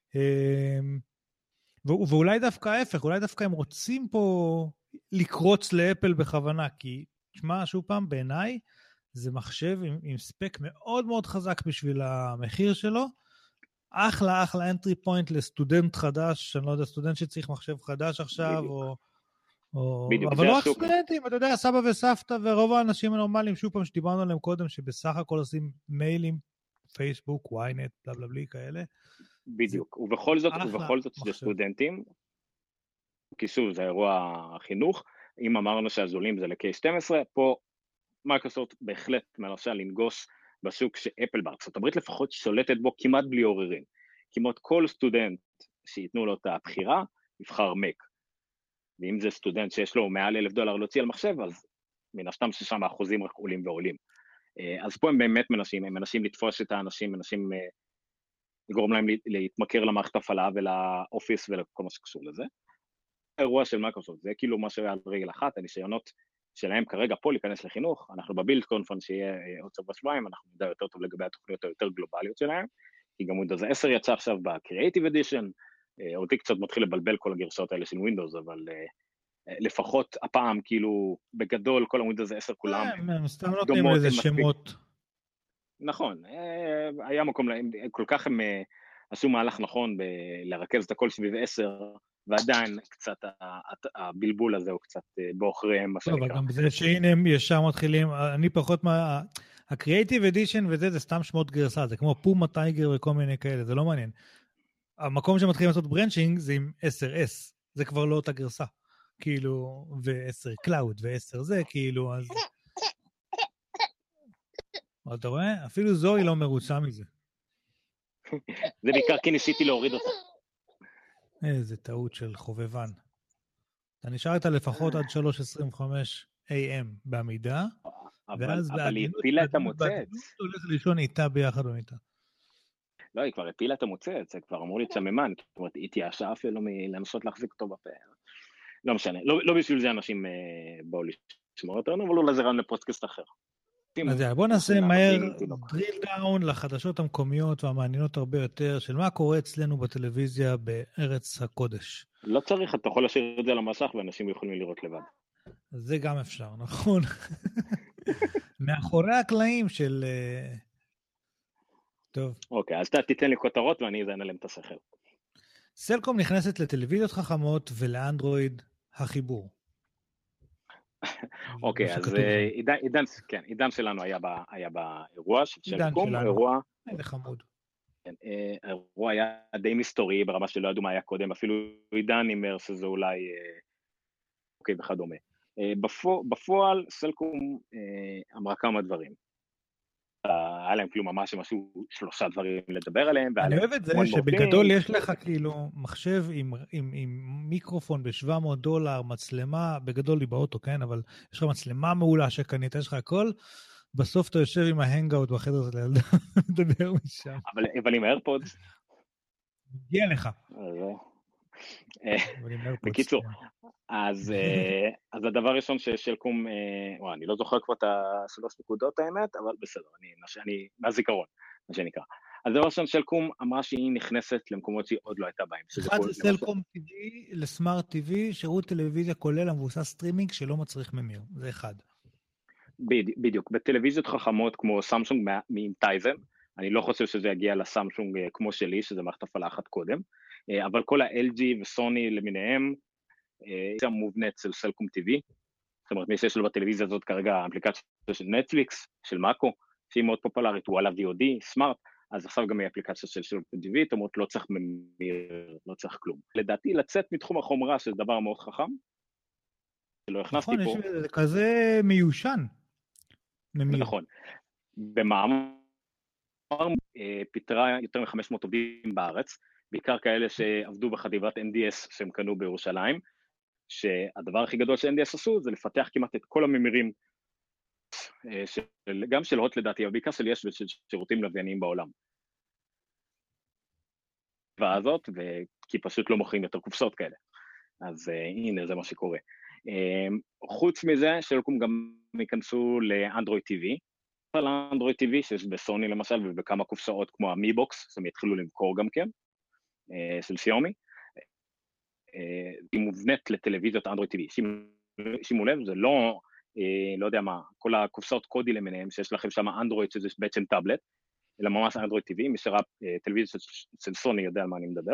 ואולי דווקא ההפך, אולי דווקא הם רוצים פה לקרוץ לאפל בכוונה, כי תשמע, שוב פעם, בעיניי, זה מחשב עם ספק מאוד מאוד חזק בשביל המחיר שלו, אחלה entry point לסטודנט חדש, אני לא יודע, סטודנט שצריך מחשב חדש עכשיו, אבל לא רק סטודנטים, אתה יודע, סבא וסבתא ורוב האנשים הנורמליים, שוב פעם שדיברנו עליהם קודם, שבסך הכל עושים מיילים, פייסבוק, וויינט, בלבלבלי כאלה. בדיוק, ובכל זאת שזה סטודנטים, כי שוב, זה אירוע החינוך, אם אמרנו שהזולים זה ל-K12, פה מייקרוסופט בהחלט מנסה לנגוס בשוק שאפל בארצות הברית לפחות שולטת בו כמעט בלי עוררין. כמעט כל סטודנט שיתנו לו את הבחירה, יבחר מק. ואם זה סטודנט שיש לו מעל $1,000 להוציא על מחשב, אז מן השתם ששם האחוזים רק עולים ועולים. אז פה הם באמת מנסים לתפוס את האנשים, מנסים לגרום להם להתמכר למערכת הפעלה ולאופיס ולכל מה שקשור לזה. האירוע של מייקרוסופט, זה כאילו מה שהיה על רגל אחת, הניסיונות שלהם כרגע פה להיכנס לחינוך, אנחנו בבילד קונפרנס שיהיה עוד שבוע שבועיים, אנחנו נדע יותר טוב לגבי התוכניות היותר גלובליות שלהם, כי גם ווינדוס 10 יצא עכשיו ב-Creative Edition, אותי קצת מתחיל לבלבל כל הגרסאות האלה של ווינדוס, אבל לפחות הפעם כאילו בגדול כל הווינדוס 10 כולם הם סתם נותנים איזה שמות. נכון, היה מקום להם, כל כך הם עשו מהלך נכון לרכז את הכל סביב 10, ועדיין קצת הבלבול הזה הוא קצת באוכריהם, מה שנקרא. אבל גם בזה שהנה הם ישר מתחילים, אני פחות מה, ה-Creative Edition וזה, זה סתם שמות גרסה, זה כמו פומה טייגר וכל מיני כאלה, זה לא מעניין. המקום שמתחילים לעשות ברנצ'ינג זה עם 10S, זה כבר לא אותה גרסה, כאילו, ו10 Cloud ו10 זה, כאילו, אז... אתה רואה? אפילו זוהי לא מרוצה מזה. זה בעיקר כי ניסיתי להוריד אותה. איזה טעות של חובבן. אתה נשארת לפחות עד 3:25 AM בעמידה, אבל היא הפילה את המוצץ. אתה הולך לישון איתה ביחד במיטה. לא, היא כבר הפילה את המוצץ, זה כבר אמור להיות סממן, זאת אומרת, היא התייאשה אפילו לנסות להחזיק אותו בפה. לא משנה, לא בשביל זה אנשים באו לשמור אותנו, אבל אולי זה רעיון לפודקאסט אחר. אז בוא נעשה מהר drill down לחדשות המקומיות והמעניינות הרבה יותר של מה קורה אצלנו בטלוויזיה בארץ הקודש. לא צריך, אתה יכול להשאיר את זה על המסך ואנשים יכולים לראות לבד. זה גם אפשר, נכון? מאחורי הקלעים של... טוב. אוקיי, אז אתה תיתן לי כותרות ואני אזיין עליהם את השכל. סלקום נכנסת לטלוויזיות חכמות ולאנדרואיד החיבור. אוקיי, אז עידן שלנו היה באירוע של סלקום, אירוע... חמוד. האירוע היה די מסתורי ברמה שלא ידעו מה היה קודם, אפילו עידן אומר שזה אולי אוקיי וכדומה. בפועל סלקום אמרה כמה דברים. היה להם כאילו ממש משהו 3 דברים לדבר עליהם. אני אוהב את זה שבגדול יש לך כאילו מחשב עם מיקרופון $700, מצלמה, בגדול היא באוטו, כן? אבל יש לך מצלמה מעולה שקנית, יש לך הכל, בסוף אתה יושב עם ההנגאוט בחדר של הילדה, מדבר משם. אבל עם האיירפודס. הגיע לך. בקיצור, אז הדבר הראשון שסלקום, אני לא זוכר כבר את 3 נקודות האמת, אבל בסדר, אני מהזיכרון, מה שנקרא. אז הדבר הראשון סלקום אמרה שהיא נכנסת למקומות שהיא עוד לא הייתה בהם. אחד זה סלקום TV לסמארט TV, שירות טלוויזיה כולל המבוסס סטרימינג שלא מצריך ממיר, זה אחד. בדיוק, בטלוויזיות חכמות כמו סמסונג עם טייזן, אני לא חושב שזה יגיע לסמסונג כמו שלי, שזה מערכת הפעלה אחת קודם, אבל כל ה-LG וסוני למיניהם, זה מובנית של סלקום TV, זאת אומרת, מי שיש לו בטלוויזיה הזאת כרגע האפליקציה של נטפליקס, של מאקו, שהיא מאוד פופולרית, הוא על ה-VOD, סמארט, אז עכשיו גם היא אפליקציה של סלקום TV, זאת אומרת, לא צריך ממיר, לא צריך כלום. לדעתי, לצאת מתחום החומרה, שזה דבר מאוד חכם, שלא הכנסתי פה. נכון, זה כזה מיושן. ממיר. נכון. במאמר פיטרה יותר מ-500 עובדים בארץ, בעיקר כאלה שעבדו בחטיבת NDS שהם קנו בירושלים, שהדבר הכי גדול ש-NDS עשו זה לפתח כמעט את כל הממירים, גם של הוט לדעתי, אבל בעיקר של יש ושל שירותים לווייניים בעולם. והזאת, כי פשוט לא מוכרים יותר קופסאות כאלה. אז הנה, זה מה שקורה. חוץ מזה, שלקום גם ייכנסו לאנדרואיד TV, לאנדרואיד TV שיש בסוני למשל, ובכמה קופסאות כמו המיבוקס, שהם יתחילו למכור גם כן, של סיומי. היא מובנית לטלוויזיות אנדרואיד TV. שימו לב, זה לא יודע מה, כל הקופסאות קודי למיניהם, שיש לכם שם אנדרואיד שזה בעצם טאבלט, אלא ממש אנדרואיד TV, מי שראה טלוויזיה של סוני יודע על מה אני מדבר.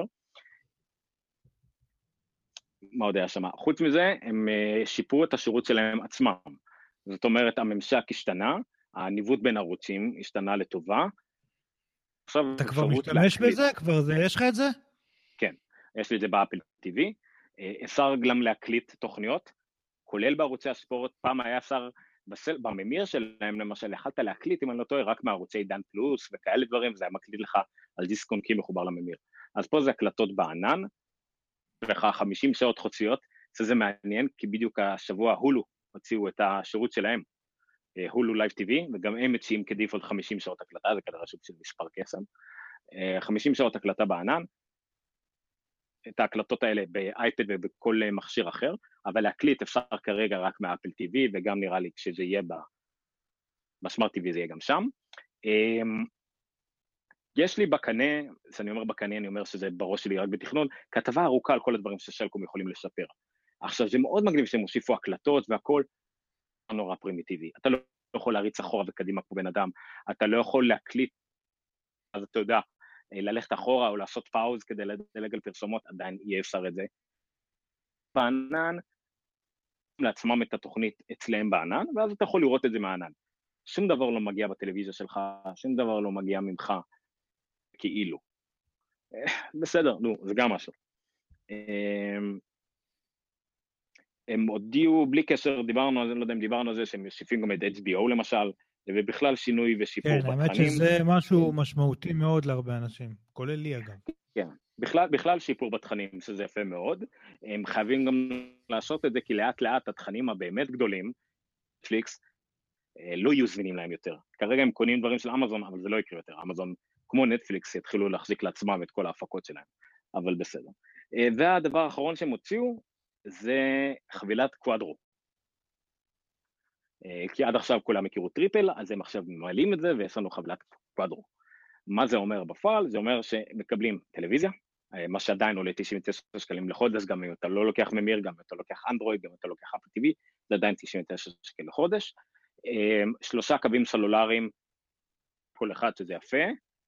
מה עוד היה שם? חוץ מזה, הם שיפרו את השירות שלהם עצמם. זאת אומרת, הממשק השתנה, הניווט בין ערוצים השתנה לטובה. אתה כבר משתמש בזה? יש לך את זה? כן, יש לי את זה באפל TV. אפשר גם להקליט תוכניות, כולל בערוצי הספורט. פעם היה אפשר, בממיר שלהם למשל, יכלת להקליט, אם אני לא טועה, רק מערוצי עידן פלוס וכאלה דברים, וזה היה מקליט לך על דיסק און קי מחובר לממיר. אז פה זה הקלטות בענן, לך 50 שעות חודשיות, שזה מעניין, כי בדיוק השבוע הולו הוציאו את השירות שלהם, הולו לייב TV, וגם הם מציעים כדיפולט 50 שעות הקלטה, זה כנראה שוב של מספר קסם, 50 שעות הקלטה בענן, את ההקלטות האלה באייפד ובכל מכשיר אחר, אבל להקליט אפשר כרגע רק מאפל TV, וגם נראה לי כשזה יהיה בסמארט TV זה יהיה גם שם. יש לי בקנה, כשאני אומר בקנה, אני אומר שזה בראש שלי רק בתכנון, כתבה ארוכה על כל הדברים ששלקום יכולים לשפר. עכשיו, זה מאוד מגניב שהם הוסיפו הקלטות והכל נורא פרימיטיבי. אתה לא יכול להריץ אחורה וקדימה כמו בן אדם, אתה לא יכול להקליט, אז אתה יודע, ללכת אחורה או לעשות פאוז כדי לדלג על פרסומות, עדיין יהיה אפשר את זה. בענן, לעצמם את התוכנית אצלם בענן, ואז אתה יכול לראות את זה מהענן. שום דבר לא מגיע בטלוויזיה שלך, שום דבר לא מגיע ממך, כאילו. בסדר, נו, זה גם משהו. הם הודיעו, בלי קשר, דיברנו על זה, לא יודע אם דיברנו על זה, שהם יוסיפים גם את HBO למשל, ובכלל שינוי ושיפור בתכנים. כן, האמת שזה משהו משמעותי מאוד להרבה אנשים, כולל לי אגב. כן, בכלל שיפור בתכנים, שזה יפה מאוד. הם חייבים גם לעשות את זה, כי לאט לאט התכנים הבאמת גדולים, נטפליקס, לא יהיו זמינים להם יותר. כרגע הם קונים דברים של אמזון, אבל זה לא יקרה יותר. אמזון, כמו נטפליקס, יתחילו להחזיק לעצמם את כל ההפקות שלהם, אבל בסדר. והדבר האחרון שהם הוציאו, זה חבילת קוואדרו. כי עד עכשיו כולם הכירו טריפל, אז הם עכשיו מעלים את זה, ויש לנו חבילת קוואדרו. מה זה אומר בפועל? זה אומר שמקבלים טלוויזיה, מה שעדיין עולה 99 שקלים לחודש, גם אם אתה לא לוקח ממיר, גם אם אתה לוקח אנדרואיד, גם אם אתה לוקח אפל TV, זה עדיין 99 שקלים לחודש. 3 קווים סלולריים, כל אחד שזה יפה,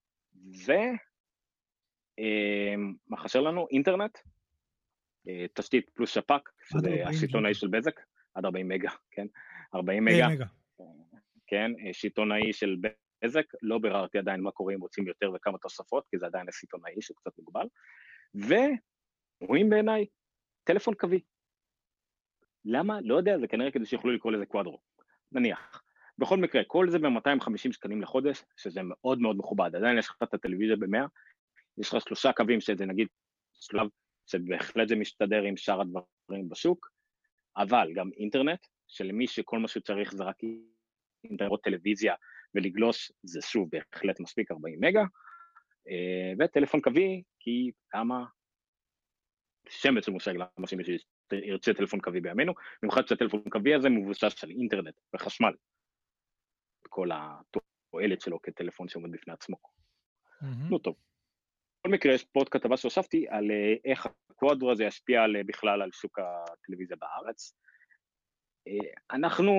מה חסר לנו? אינטרנט, תשתית פלוס שפק, שזה השיטונאי של בזק, עד 40 מגה, כן? 40 מגה, כן, שיטונאי של בזק, לא ביררתי עדיין מה קורה אם רוצים יותר וכמה תוספות, כי זה עדיין השיטונאי שקצת מוגבל, ורואים בעיניי טלפון קווי. למה? לא יודע, זה כנראה כדי שיוכלו לקרוא לזה קוואדרו. נניח. בכל מקרה, כל זה ב-250 שקלים לחודש, שזה מאוד מאוד מכובד. עדיין יש לך את הטלוויזיה ב-100, יש לך 3 קווים שזה נגיד שלב, שבהחלט זה משתדר עם שאר הדברים בשוק, אבל גם אינטרנט, שלמי שכל מה שצריך זה רק אינטרנט טלוויזיה ולגלוש, זה שוב בהחלט מספיק 40 מגה, וטלפון קווי, כי כמה שמץ של מושג למה שמישהו ירצה טלפון קווי בימינו, במיוחד שהטלפון קווי הזה מבוסס על אינטרנט וחשמל, כל התועלת שלו כטלפון שעומד בפני עצמו. נו טוב. בכל מקרה, יש פה עוד כתבה שהוספתי על איך הקוואדרו הזה ישפיע בכלל על שוק הטלוויזיה בארץ. אנחנו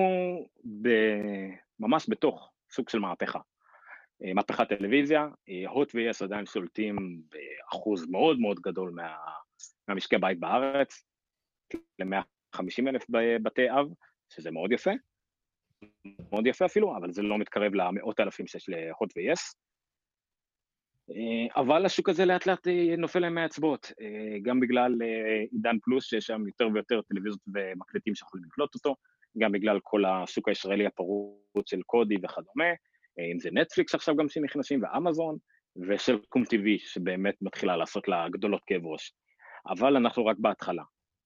ממש בתוך סוג של מהפכה. מהפכת טלוויזיה, הוט ויס עדיין שולטים באחוז מאוד מאוד גדול מהמשקי בית בארץ, ל-150,000 בתי אב, שזה מאוד יפה. מאוד יפה אפילו, אבל זה לא מתקרב למאות אלפים שיש להוט ויס. אבל השוק הזה לאט לאט נופל להם מהאצבעות, גם בגלל עידן פלוס שיש שם יותר ויותר טלוויזיות ומקלטים שיכולים לקלוט אותו, גם בגלל כל השוק הישראלי הפרוץ של קודי וכדומה, אם זה נטפליקס עכשיו גם שנכנסים, ואמזון, ושלקום TV, שבאמת מתחילה לעשות לה גדולות כאב ראש. אבל אנחנו רק בהתחלה.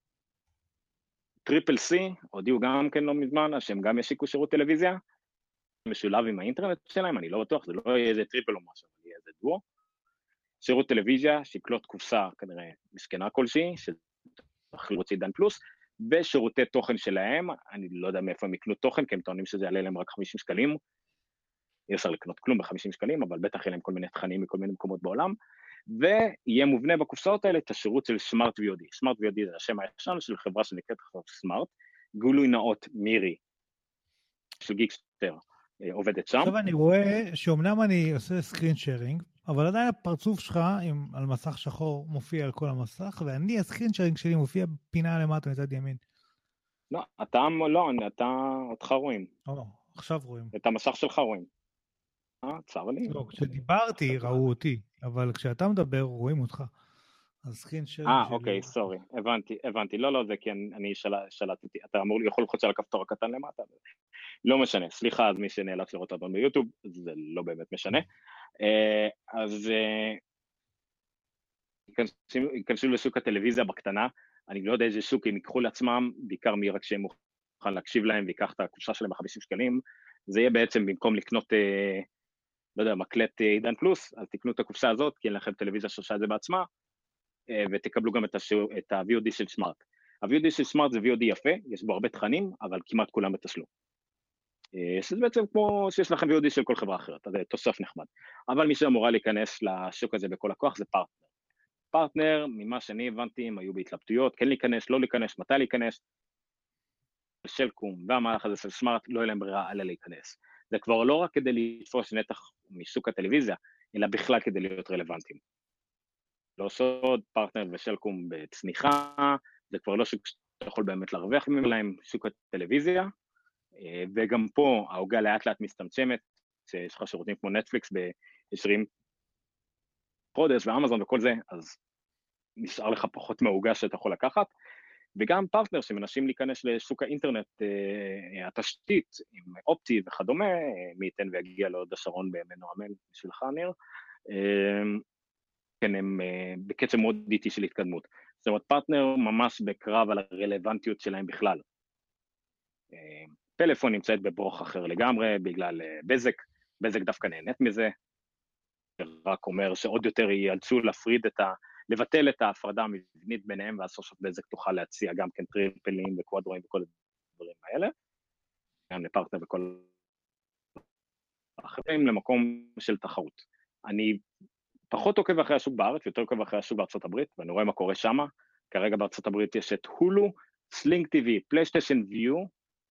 טריפל סי, הודיעו גם כן לא מזמן, שהם גם ישיקו שירות טלוויזיה, משולב עם האינטרנט שלהם, אני לא בטוח, זה לא יהיה איזה טריפל או משהו, זה יהיה איזה דואו. שירות טלוויזיה, שיקלוט קופסה כנראה מסכנה כלשהי, שתחלירות עידן פלוס, ושירותי תוכן שלהם, אני לא יודע מאיפה הם יקנו תוכן, כי הם טוענים שזה יעלה להם רק 50 שקלים, אי אפשר לקנות כלום ב-50 שקלים, אבל בטח יהיה להם כל מיני תכנים מכל מיני מקומות בעולם, ויהיה מובנה בקופסאות האלה את השירות של סמארט VOD. סמארט VOD זה השם הישן של חברה שנקראת עכשיו סמארט, גילוי נאות מירי של גיקסטר עובדת שם. עכשיו אני רואה שאומנם אני עושה סקרין שיירינג, אבל עדיין הפרצוף שלך על מסך שחור מופיע על כל המסך, ואני הסקרין שיירינג שלי מופיע בפינה למטה מצד ימין. לא, אותך רואים. עכשיו רואים. את המסך שלך רואים. צר לי. לא, כשדיברתי ראו אותי, אבל כשאתה מדבר רואים אותך. אז סקרין שיירינג שלי... אוקיי, סורי, הבנתי. לא, זה כי אני שלטתי, אתה יכול לחוץ על הכפתור הקטן למטה. לא משנה, סליחה, אז מי שנאלץ לראות אותנו ביוטיוב, זה לא באמת משנה. אז ייכנסו לשוק הטלוויזיה בקטנה, אני לא יודע איזה שוק הם ייקחו לעצמם, בעיקר מי רק שהם מוכן להקשיב להם ויקח את הקופסה שלהם ב-50 שקלים, זה יהיה בעצם במקום לקנות, לא יודע, מקלט עידן פלוס, אז תקנו את הקופסה הזאת, כי אין לכם טלוויזיה שעושה את זה בעצמה, ותקבלו גם את ה-VOD של סמארט. ה-VOD של סמארט זה VOD יפה, יש בו הרבה תכנים, אבל כמעט כולם בתשלום. שזה בעצם כמו שיש לכם VOD של כל חברה אחרת, אז זה תוסף נחמד. אבל מי שאמורה להיכנס לשוק הזה בכל הכוח זה פרטנר. פרטנר, ממה שאני הבנתי, הם היו בהתלבטויות, כן להיכנס, לא להיכנס, מתי להיכנס, שלקום והמהלך הזה של סמארט, לא יהיה להם ברירה אלא להיכנס. זה כבר לא רק כדי לתפוס נתח משוק הטלוויזיה, אלא בכלל כדי להיות רלוונטיים. לא סוד, פרטנר ושלקום בצניחה, זה כבר לא שוק שאתה יכול באמת להרוויח מהם, שוק הטלוויזיה, וגם פה העוגה לאט לאט מסתמצמת, שיש לך שירותים כמו נטפליקס ב-20 חודש ואמזון וכל זה, אז נשאר לך פחות מהעוגה שאתה יכול לקחת, וגם פרטנר שמנסים להיכנס לשוק האינטרנט, התשתית עם אופטי וכדומה, מי ייתן ויגיע לעוד השרון במנועמן בשבילך ניר, כן, הם בקצב מאוד איטי של התקדמות. זאת אומרת, פרטנר ממש בקרב על הרלוונטיות שלהם בכלל. פלאפון נמצאת בברוך אחר לגמרי, בגלל בזק, בזק דווקא נהנית מזה, רק אומר שעוד יותר ייאלצו לבטל את ההפרדה המבנית ביניהם, ואז סוף בזק תוכל להציע גם כן טריפלים וקוואדרואים וכל הדברים האלה, גם לפרטנר וכל אחרים למקום של תחרות. אני פחות עוקב אחרי השוק בארץ, יותר עוקב אחרי השוק בארצות הברית, ואני רואה מה קורה שמה, כרגע בארצות הברית יש את הולו, סלינג TV, פלייסטיישן ויו,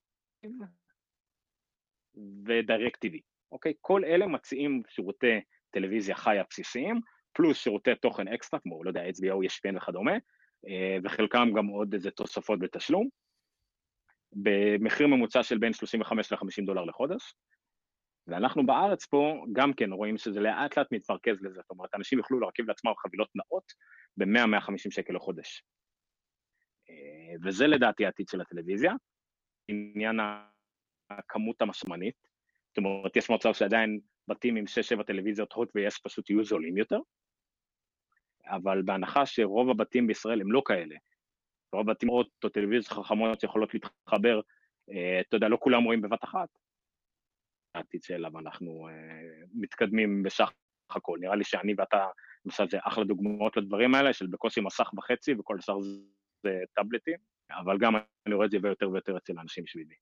ודיירקט TV, אוקיי? כל אלה מציעים שירותי טלוויזיה חיה בסיסיים, פלוס שירותי תוכן אקסטרה, כמו, לא יודע, HBO, ESPN וכדומה, וחלקם גם עוד איזה תוספות בתשלום, במחיר ממוצע של בין 35 ל-50 דולר לחודש, ואנחנו בארץ פה גם כן רואים שזה לאט לאט מתמרכז לזה, זאת אומרת, אנשים יוכלו להרכיב לעצמם חבילות נאות ב-100-150 שקל לחודש. וזה לדעתי העתיד של הטלוויזיה, עניין הכמות המשמענית, זאת אומרת, יש מצב שעדיין בתים עם 6-7 טלוויזיות הוט ויס פשוט יהיו זולים יותר, אבל בהנחה שרוב הבתים בישראל הם לא כאלה, רוב הבתים או טלוויזיות חכמות שיכולות להתחבר, אתה יודע, לא כולם רואים בבת אחת, העתיד שאליו אנחנו מתקדמים בשח הכל, נראה לי שאני ואתה, למשל זה אחלה דוגמאות לדברים האלה, של בקושי מסך וחצי וכל שאר זה טאבלטים, אבל גם אני רואה את זה יותר ויותר אצל האנשים שבידי.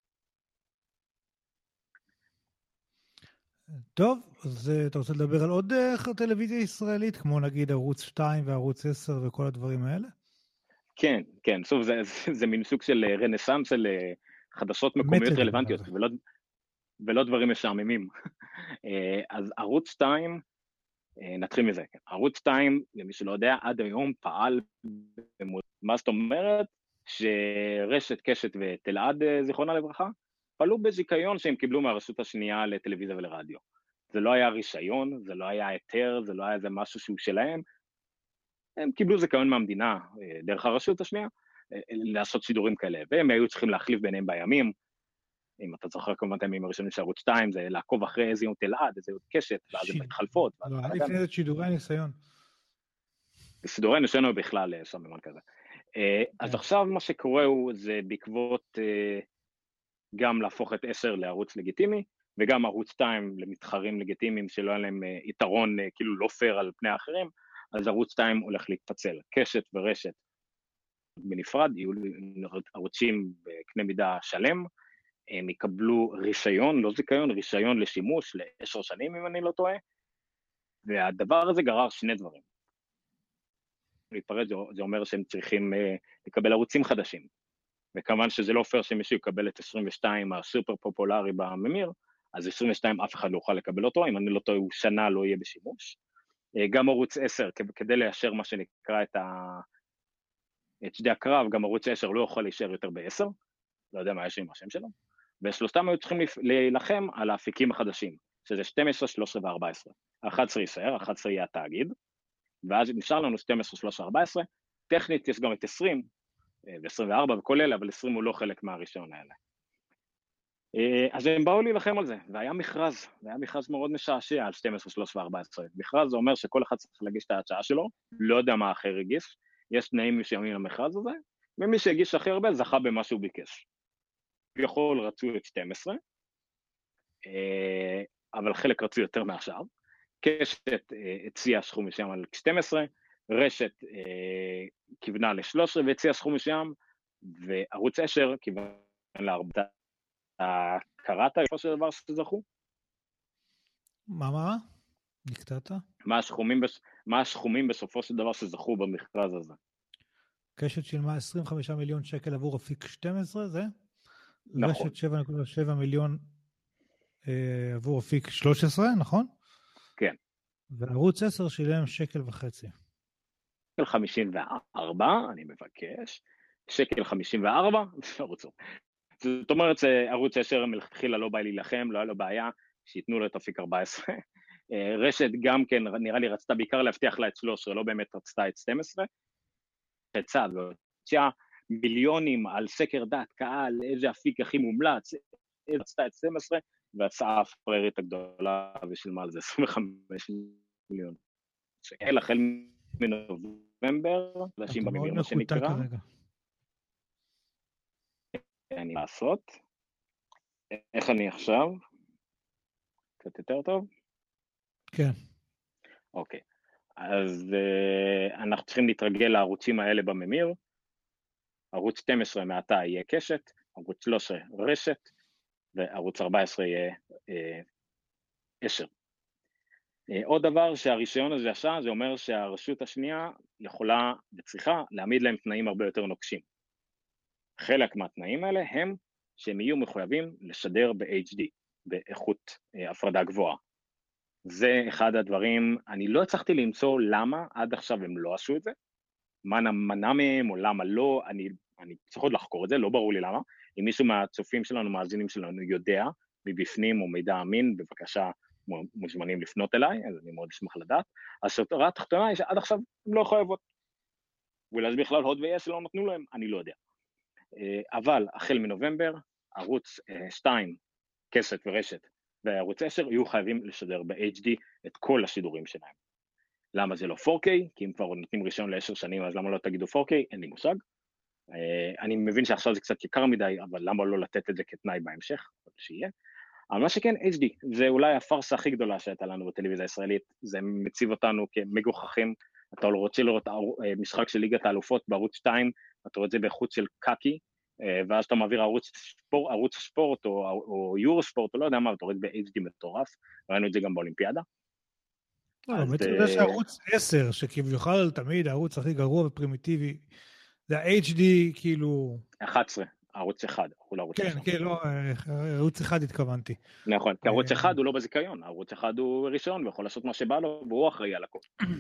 טוב, אז אתה רוצה לדבר על עוד טלוויזיה ישראלית, כמו נגיד ערוץ 2 וערוץ 10 וכל הדברים האלה? כן, כן, סוף, זה מין סוג של רנסנס של חדשות מקומיות רלוונטיות, ולא דברים משעממים. אז ערוץ 2, נתחיל מזה, ערוץ 2, למי שלא יודע, עד היום פעל, מה זאת אומרת? שרשת קשת ותלעד, זיכרונה לברכה, פעלו בזיכיון שהם קיבלו מהרשות השנייה לטלוויזיה ולרדיו. זה לא היה רישיון, זה לא היה היתר, זה לא היה איזה משהו שהוא שלהם, הם קיבלו זיכיון מהמדינה דרך הרשות השנייה, לעשות שידורים כאלה, והם היו צריכים להחליף ביניהם בימים, אם אתה זוכר כמובן את הימים הראשונים של ערוץ 2, זה לעקוב אחרי איזה יום תלעד, איזה יום קשת, ואז הם מתחלפות. לא, לפני זה שידורי ניסיון. שידורי ניסיון הוא בכלל סממן כזה. אז עכשיו מה שקורה זה בעקבות גם להפוך את 10 לערוץ לגיטימי, וגם ערוץ 2 למתחרים לגיטימיים שלא היה להם יתרון כאילו לא פייר על פני האחרים, אז ערוץ 2 הולך להתפצל. קשת ורשת בנפרד, יהיו ערוצים בקנה מידה שלם, הם יקבלו רישיון, לא זיכיון, רישיון לשימוש ל10 שנים אם אני לא טועה, והדבר הזה גרר שני דברים. להיפרד זה אומר שהם צריכים לקבל ערוצים חדשים, וכמובן שזה לא פייר שמישהו יקבל את 22 הסופר פופולרי בממיר, אז 22 אף אחד לא יוכל לקבל אותו, אם אני לא טועה הוא שנה לא יהיה בשימוש. גם ערוץ 10, כדי לאשר מה שנקרא את שדה הקרב, גם ערוץ 10 לא יכול להישאר יותר ב10, לא יודע מה יש עם השם שלו, ושלושתם היו צריכים להילחם על האפיקים החדשים, שזה 12, 13 ו-14. 11 יישאר, 11 יהיה התאגיד, ואז נשאר לנו 12, 13, 14, טכנית יש גם את 20, ו-24 וכל אלה, אבל 20 הוא לא חלק מהראשון האלה. אז הם באו להילחם על זה, והיה מכרז מאוד משעשע על 12, 13 ו-14. מכרז זה אומר שכל אחד צריך להגיש את ההצעה שלו, לא יודע מה אחר הגיש, יש תנאים מסוימים למכרז הזה, ומי שהגיש הכי הרבה זכה במה שהוא ביקש. יכול רצו את 12, אבל חלק רצו יותר מעכשיו. קשת הציע סכום מסוים על 12, רשת כיוונה ל-13 והציע סכום מסוים, וערוץ 10 כיוונה ל-4. קראת איפה של דבר שזכו? מה? נקטעת? מה הסכומים בסופו של דבר שזכו במכרז הזה? קשת שילמה 25 מיליון שקל עבור אפיק 12, זה? נכון. רשת 7.7 מיליון עבור אפיק 13, נכון? כן. וערוץ 10 שילם שקל וחצי. שקל 54, אני מבקש. שקל 54, זאת אומרת שערוץ 10 מלכתחילה לא בא להילחם, לא היה לו בעיה, שיתנו לו את אפיק 14. רשת גם כן, נראה לי רצתה בעיקר להבטיח לה את 13, לא באמת רצתה את 12. רצה והוציאה מיליונים על סקר דעת קהל, איזה אפיק הכי מומלץ, רצתה את 12, והצעה הפררית הגדולה ושילמה על זה 25 מיליון. שקל החל מנובמבר, אנשים במיליון מה שנקרא. אני לעשות. איך אני עכשיו? קצת יותר טוב? כן. אוקיי. אז אנחנו צריכים להתרגל לערוצים האלה בממיר. ערוץ 12 מעתה יהיה קשת, ערוץ 13 רשת, וערוץ 14 יהיה 10. עוד דבר שהרישיון הזה עשה, זה אומר שהרשות השנייה יכולה וצריכה להעמיד להם תנאים הרבה יותר נוקשים. חלק מהתנאים האלה הם שהם יהיו מחויבים לשדר ב-HD, באיכות הפרדה גבוהה. זה אחד הדברים, אני לא הצלחתי למצוא למה עד עכשיו הם לא עשו את זה, מה מנע מהם או למה לא, אני צריך עוד לחקור את זה, לא ברור לי למה. אם מישהו מהצופים שלנו, מאזינים שלנו יודע, מבפנים או מידע אמין, בבקשה מוזמנים לפנות אליי, אז אני מאוד אשמח לדעת. השורה התחתונה היא שעד עכשיו הם לא חייבות. ואולי זה בכלל הוט ויס לא נתנו להם, אני לא יודע. אבל החל מנובמבר, ערוץ 2, קשת ורשת, וערוץ 10 יהיו חייבים לשדר ב-HD את כל השידורים שלהם. למה זה לא 4K? כי אם כבר נותנים רישיון ל10 שנים, אז למה לא תגידו 4K? אין לי מושג. אני מבין שעכשיו זה קצת יקר מדי, אבל למה לא לתת את זה כתנאי בהמשך? שיהיה. אבל מה שכן, HD, זה אולי הפרסה הכי גדולה שהייתה לנו בטלוויזיה הישראלית, זה מציב אותנו כמגוחכים, אתה לא רוצה לראות משחק של ליגת האלופות בערוץ 2, אתה רואה את זה באיכות של קאקי, ואז אתה מעביר ערוץ ספורט או יורו ספורט, או לא יודע מה, אתה רואה את ב-HD מטורף, ראינו את זה גם באולימפיאדה. לא, באמת זה שערוץ 10, שכביכול תמיד הערוץ הכי גרוע ופרימיטיבי, זה ה-HD כאילו... 11, ערוץ 1, הוא לא ערוץ 1. כן, לא, ערוץ 1 התכוונתי. נכון, כי ערוץ 1 הוא לא בזיכיון, ערוץ 1 הוא ראשון, ויכול לעשות מה שבא לו, והוא אחראי על הכל.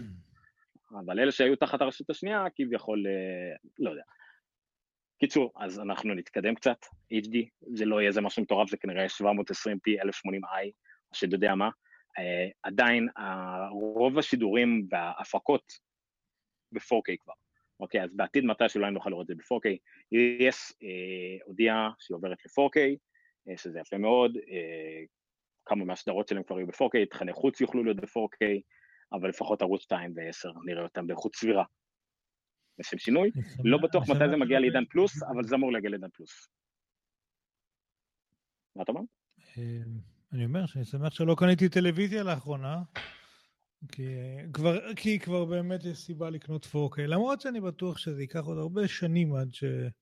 אבל אלה שהיו תחת הרשות השנייה, כביכול, לא יודע. קיצור, אז אנחנו נתקדם קצת, HD, זה לא יהיה איזה משהו מטורף, זה כנראה 720p, 1080i, שאתה יודע מה, עדיין רוב השידורים וההפקות ב-4K כבר. אוקיי, אז בעתיד מתי שאולי נוכל לראות את זה ב-4K, ES הודיעה שהיא עוברת ל-4K, שזה יפה מאוד, כמה מהסדרות שלהם כבר יהיו ב-4K, תכני חוץ יוכלו להיות ב-4K, אבל לפחות ערוץ 2 ו-10 נראה אותם באיכות סבירה. לשם שינוי, לא בטוח מתי זה מגיע לעידן פלוס, אבל זה אמור להגיע לעידן פלוס. מה אתה אומר? אני אומר שאני שמח שלא קניתי טלוויזיה לאחרונה, כי כבר באמת יש סיבה לקנות 4K, למרות שאני בטוח שזה ייקח עוד הרבה שנים עד ש...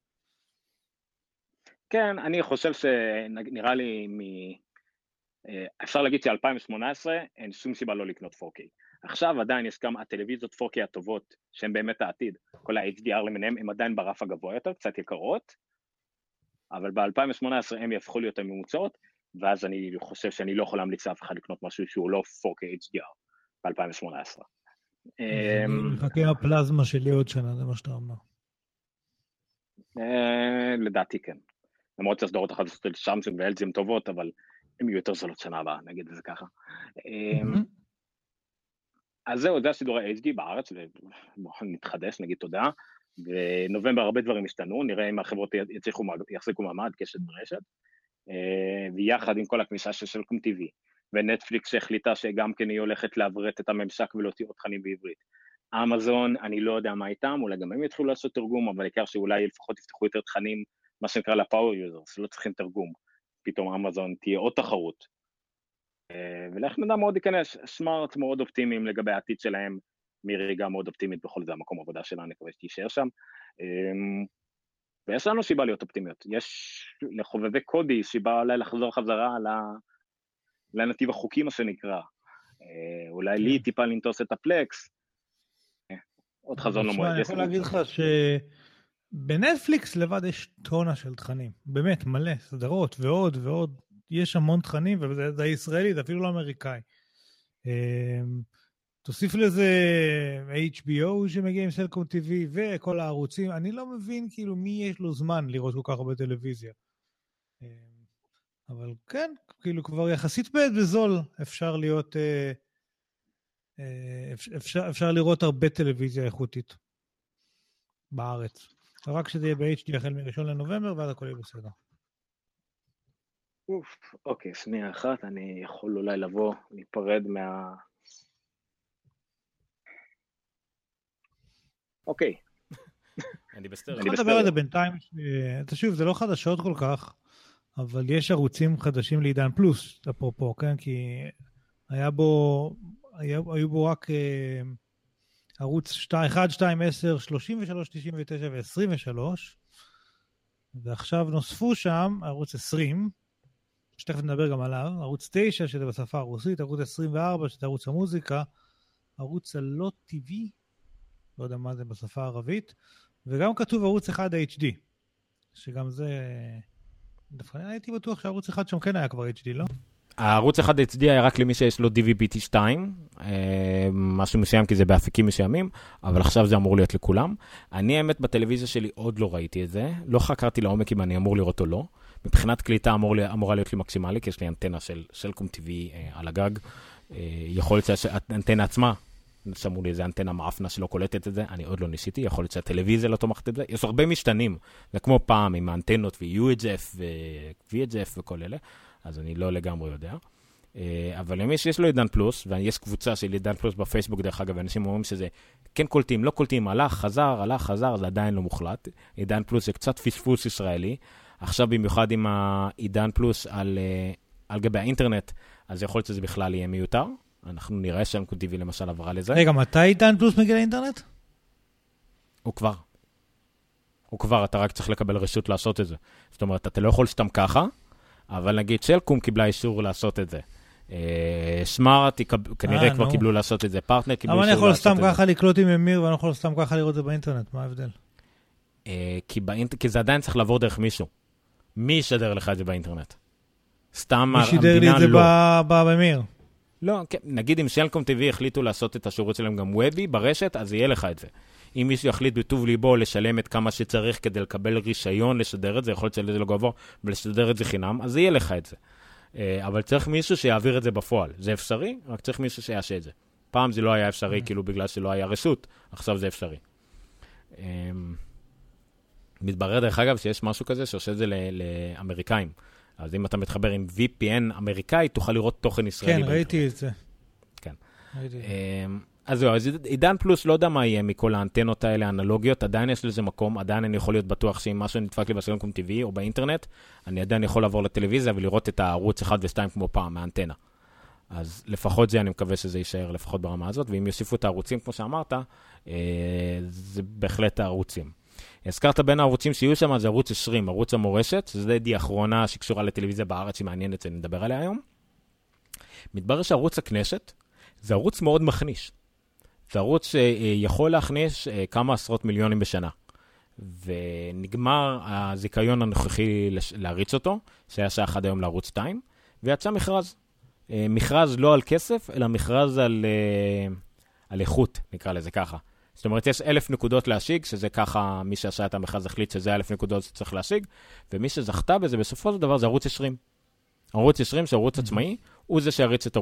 כן, אני חושב שנראה לי אפשר להגיד ש-2018 אין שום סיבה לא לקנות 4K. עכשיו עדיין יש גם הטלוויזיות 4K הטובות, שהן באמת העתיד, כל ה-HDR למיניהם, הם עדיין ברף הגבוה יותר, קצת יקרות, אבל ב-2018 הם יהפכו להיות הממוצעות, ואז אני חושב שאני לא יכול להמליץ לאף אחד לקנות משהו שהוא לא 4K HDR ב-2018. אני מחכה הפלזמה שלי עוד שנה, זה מה שאתה אומר. לדעתי כן. למרות שהסדרות החדשות של סמסונג ו-LG הן טובות, אבל הן יהיו יותר זולות שנה הבאה, נגיד את זה ככה. אז זהו, זה השידור ה-HD בארץ, ובואו נתחדש, נגיד תודה. בנובמבר הרבה דברים השתנו, נראה אם החברות יחזיקו מעמד, קשת ברשת, ויחד עם כל הכניסה של סלקום TV, ונטפליקס שהחליטה שגם כן היא הולכת לעברת את הממשק ולהוציא עוד תכנים בעברית. אמזון, אני לא יודע מה איתם, אולי גם הם יתחילו לעשות תרגום, אבל העיקר שאולי לפחות יפתחו יותר תכנים, מה שנקרא לפאוור יוזרס, לא צריכים תרגום. פתאום אמזון תהיה עוד תחרות. ולך נדע מאוד להיכנס, סמארט מאוד אופטימיים לגבי העתיד שלהם, מירי גם מאוד אופטימית בכל זה, המקום העבודה שלה, אני מקווה שתישאר שם. ויש לנו סיבה להיות אופטימיות. יש לחובבי קודי סיבה אולי לחזור חזרה לנתיב החוקי, מה שנקרא. אולי לי טיפה לנטוס את הפלקס. עוד חזון לא מועד. אני יכול להגיד לך שבנטפליקס לבד יש טונה של תכנים. באמת, מלא, סדרות ועוד ועוד. יש המון תכנים, וזה ישראלי, זה אפילו לא אמריקאי. תוסיף לזה HBO שמגיע עם סלקום TV וכל הערוצים. אני לא מבין כאילו מי יש לו זמן לראות כל כך הרבה טלוויזיה. אבל כן, כאילו כבר יחסית בזול אפשר להיות, אפשר לראות הרבה טלוויזיה איכותית בארץ. רק שזה יהיה ב-HD החל מ1 לנובמבר, ואז הכל יהיה בסדר. אוקיי, שנייה אחת, אני יכול אולי לבוא, להיפרד אוקיי. אני בסדר. אני מדבר על זה בינתיים, שוב, זה לא חדשות כל כך, אבל יש ערוצים חדשים לעידן פלוס, אפרופו, כן? כי היו בו רק ערוץ 1, 2, 10, 33, 99 ו-23, ועכשיו נוספו שם ערוץ 20, שתכף נדבר גם עליו, ערוץ 9, שזה בשפה הרוסית, ערוץ 24, שזה ערוץ המוזיקה, ערוץ הלא TV, לא יודע מה זה בשפה הערבית, וגם כתוב ערוץ 1 HD, שגם זה, דווקא הייתי בטוח שערוץ 1 שם כן היה כבר HD, לא? הערוץ 1 HD היה רק למי שיש לו DVB-T2, משהו מסוים כי זה באפיקים מסוימים, אבל עכשיו זה אמור להיות לכולם. אני האמת בטלוויזיה שלי עוד לא ראיתי את זה, לא חקרתי לעומק אם אני אמור לראות או לא. מבחינת קליטה אמורה להיות לי מקסימלי, כי יש לי אנטנה של סלקום TV על הגג. יכול להיות שהאנטנה עצמה, שמו לי איזה אנטנה מאפנה שלא קולטת את זה, אני עוד לא ניסיתי, יכול להיות שהטלוויזיה לא תומכת את זה. יש הרבה משתנים, זה כמו פעם עם האנטנות ו-UHF ו-VHF וכל אלה, אז אני לא לגמרי יודע. אבל למי שיש לו עידן פלוס, ויש קבוצה של עידן פלוס בפייסבוק דרך אגב, ואנשים אומרים שזה כן קולטים, לא קולטים, הלך, חזר, זה עדיין לא מוחלט. עידן פלוס זה קצת פספוס ישראלי. עכשיו במיוחד עם העידן פלוס על גבי האינטרנט, אז יכול להיות שזה בכלל יהיה מיותר. אנחנו נראה סלקום TV למשל עברה לזה. רגע, מתי עידן פלוס מגיע לאינטרנט? הוא כבר, אתה רק צריך לקבל רשות לעשות את זה. זאת אומרת, אתה לא יכול סתם ככה, אבל נגיד סלקום קיבלה אישור לעשות את זה. סמארט כנראה כבר קיבלו לעשות את זה, פרטנר קיבלו אישור לעשות את זה. אבל אני יכול סתם ככה לקלוט עם אמיר, ואני יכול סתם ככה לראות את זה באינטרנט, מה ההבדל? כי זה עדיין צריך לעבור דרך מישהו. מי ישדר לך את זה באינטרנט? סתם המדינה לא. מי שידר לי את זה באמיר? לא, נגיד אם סלקום TV החליטו לעשות את השירות שלהם גם וובי ברשת, אז יהיה לך את זה. אם מישהו יחליט בטוב ליבו לשלם את כמה שצריך כדי לקבל רישיון לשדר את זה, יכול להיות שזה לא גבוה, ולשדר את זה חינם, אז יהיה לך את זה. אבל צריך מישהו שיעביר את זה בפועל. זה אפשרי, רק צריך מישהו שיעשה את זה. פעם זה לא היה אפשרי, כאילו בגלל שלא היה רשות, עכשיו זה אפשרי. מתברר דרך אגב שיש משהו כזה שעושה את זה לאמריקאים. אז אם אתה מתחבר עם VPN אמריקאי, תוכל לראות תוכן ישראלי. כן, ראיתי את זה. כן. אז זהו, אז עידן פלוס לא יודע מה יהיה מכל האנטנות האלה, האנלוגיות, עדיין יש לזה מקום, עדיין אני יכול להיות בטוח שאם משהו נדפק לי בסלולר טבעי או באינטרנט, אני עדיין יכול לעבור לטלוויזיה ולראות את הערוץ 1 ו-2 כמו פעם, מהאנטנה. אז לפחות זה, אני מקווה שזה יישאר לפחות ברמה הזאת, ואם יוסיפו את הערוצים, כמו שאמרת, זה בהחלט הערוצים. הזכרת בין הערוצים שיהיו שם, זה ערוץ 20, ערוץ המורשת, שזה די האחרונה שקשורה לטלוויזיה בארץ, שהיא מעניינת, שנדבר עליה היום. מתברר שערוץ הכנסת, זה ערוץ מאוד מכניש. זה ערוץ שיכול להכניס כמה עשרות מיליונים בשנה. ונגמר הזיכיון הנוכחי להריץ אותו, שהיה שעה אחד היום לערוץ 2, ויצא מכרז. מכרז לא על כסף, אלא מכרז על איכות, נקרא לזה ככה. זאת אומרת, יש 1,000 נקודות להשיג, שזה ככה, מי שעשה את המכרז החליט שזה 1,000 נקודות שצריך להשיג, ומי שזכתה בזה בסופו של דבר זה ערוץ 20. ערוץ 20, שערוץ עצמאי, הוא זה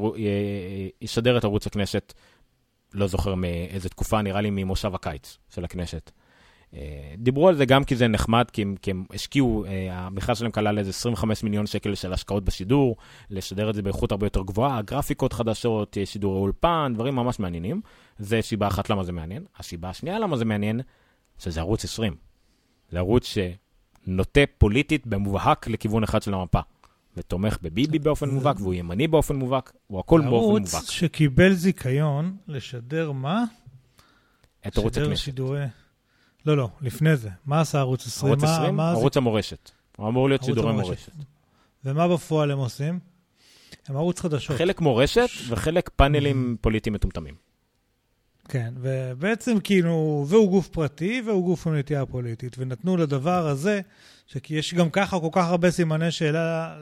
שישדר את ערוץ הכנסת, לא זוכר מאיזה תקופה, נראה לי ממושב הקיץ של הכנסת. דיברו על זה גם כי זה נחמד, כי הם השקיעו, המכרז שלהם כלל איזה 25 מיליון שקל של השקעות בשידור, לשדר את זה באיכות הרבה יותר גבוהה, גרפיקות חדשות, שידורי אולפן, דברים ממש מעניינים. זה סיבה אחת למה זה מעניין. הסיבה השנייה למה זה מעניין, שזה ערוץ 20. זה ערוץ שנוטה פוליטית במובהק לכיוון אחד של המפה. ותומך בביבי באופן מובהק, והוא ימני באופן מובהק, הוא הכל באופן מובהק. ערוץ שקיבל זיכיון לשדר מה? את ערוץ הכנסת. שידורי... לא, לפני זה. מה עשה ערוץ 20? ערוץ 20? ערוץ המורשת. הוא אמור להיות שידורי מורשת. ומה בפועל הם עושים? הם ערוץ חדשות. חלק מורשת וחלק פאנלים פוליטיים מטומטמים. כן, ובעצם כאילו, והוא גוף פרטי והוא גוף עם פוליטית, ונתנו לדבר הזה, שיש גם ככה כל כך הרבה סימני שאלה,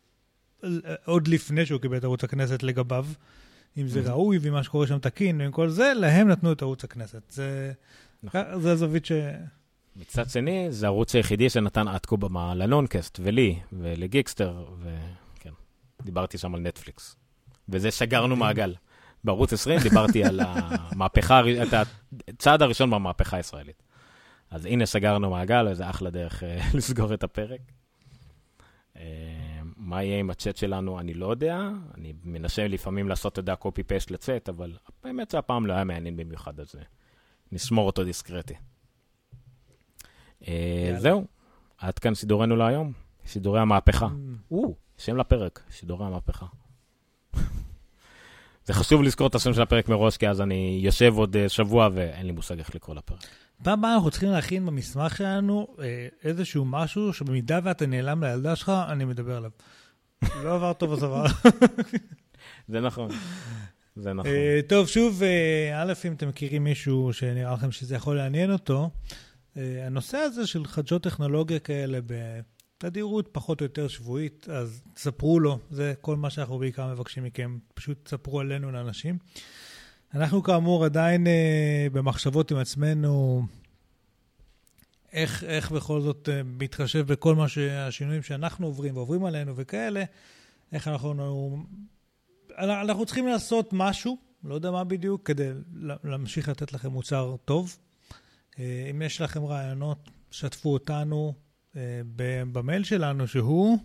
עוד לפני שהוא קיבל את ערוץ הכנסת לגביו, אם זה ראוי ומה שקורה שם תקין, ועם כל זה, להם נתנו את ערוץ הכנסת. זה הזווית ש... מצד שני, זה הערוץ היחידי שנתן עד כה במה לנונקאסט, ולי, ולגיקסטר, וכן, דיברתי שם על נטפליקס. וזה שגרנו מעגל. בערוץ 20 דיברתי על המהפכה, את הצעד הראשון במהפכה הישראלית. אז הנה סגרנו מעגל, וזה אחלה דרך לסגור את הפרק. מה יהיה עם הצ'אט שלנו, אני לא יודע. אני מנסה לפעמים לעשות את הקופי פייסט לצאת, אבל באמת זה הפעם לא היה מעניין במיוחד, אז נשמור אותו דיסקרטי. זהו, עד כאן סידורנו להיום. סידורי המהפכה. שם לפרק, סידורי המהפכה. זה חשוב לזכור את השם של הפרק מראש, כי אז אני יושב עוד שבוע ואין לי מושג איך לקרוא לפרק. פעם הבאה אנחנו צריכים להכין במסמך שלנו איזשהו משהו שבמידה ואתה נעלם לילדה שלך, אני מדבר עליו. לא עבר טוב אז עבר. זה נכון. זה נכון. טוב, שוב, א', אם אתם מכירים מישהו שנראה לכם שזה יכול לעניין אותו, הנושא הזה של חדשות טכנולוגיה כאלה בתדירות פחות או יותר שבועית, אז תספרו לו, זה כל מה שאנחנו בעיקר מבקשים מכם, פשוט תספרו עלינו לאנשים. אנחנו כאמור עדיין במחשבות עם עצמנו, איך בכל זאת מתחשב בכל מה שהשינויים שאנחנו עוברים ועוברים עלינו וכאלה, איך אנחנו צריכים לעשות משהו, לא יודע מה בדיוק, כדי להמשיך לתת לכם מוצר טוב. אם יש לכם רעיונות, שתפו אותנו במייל שלנו שהוא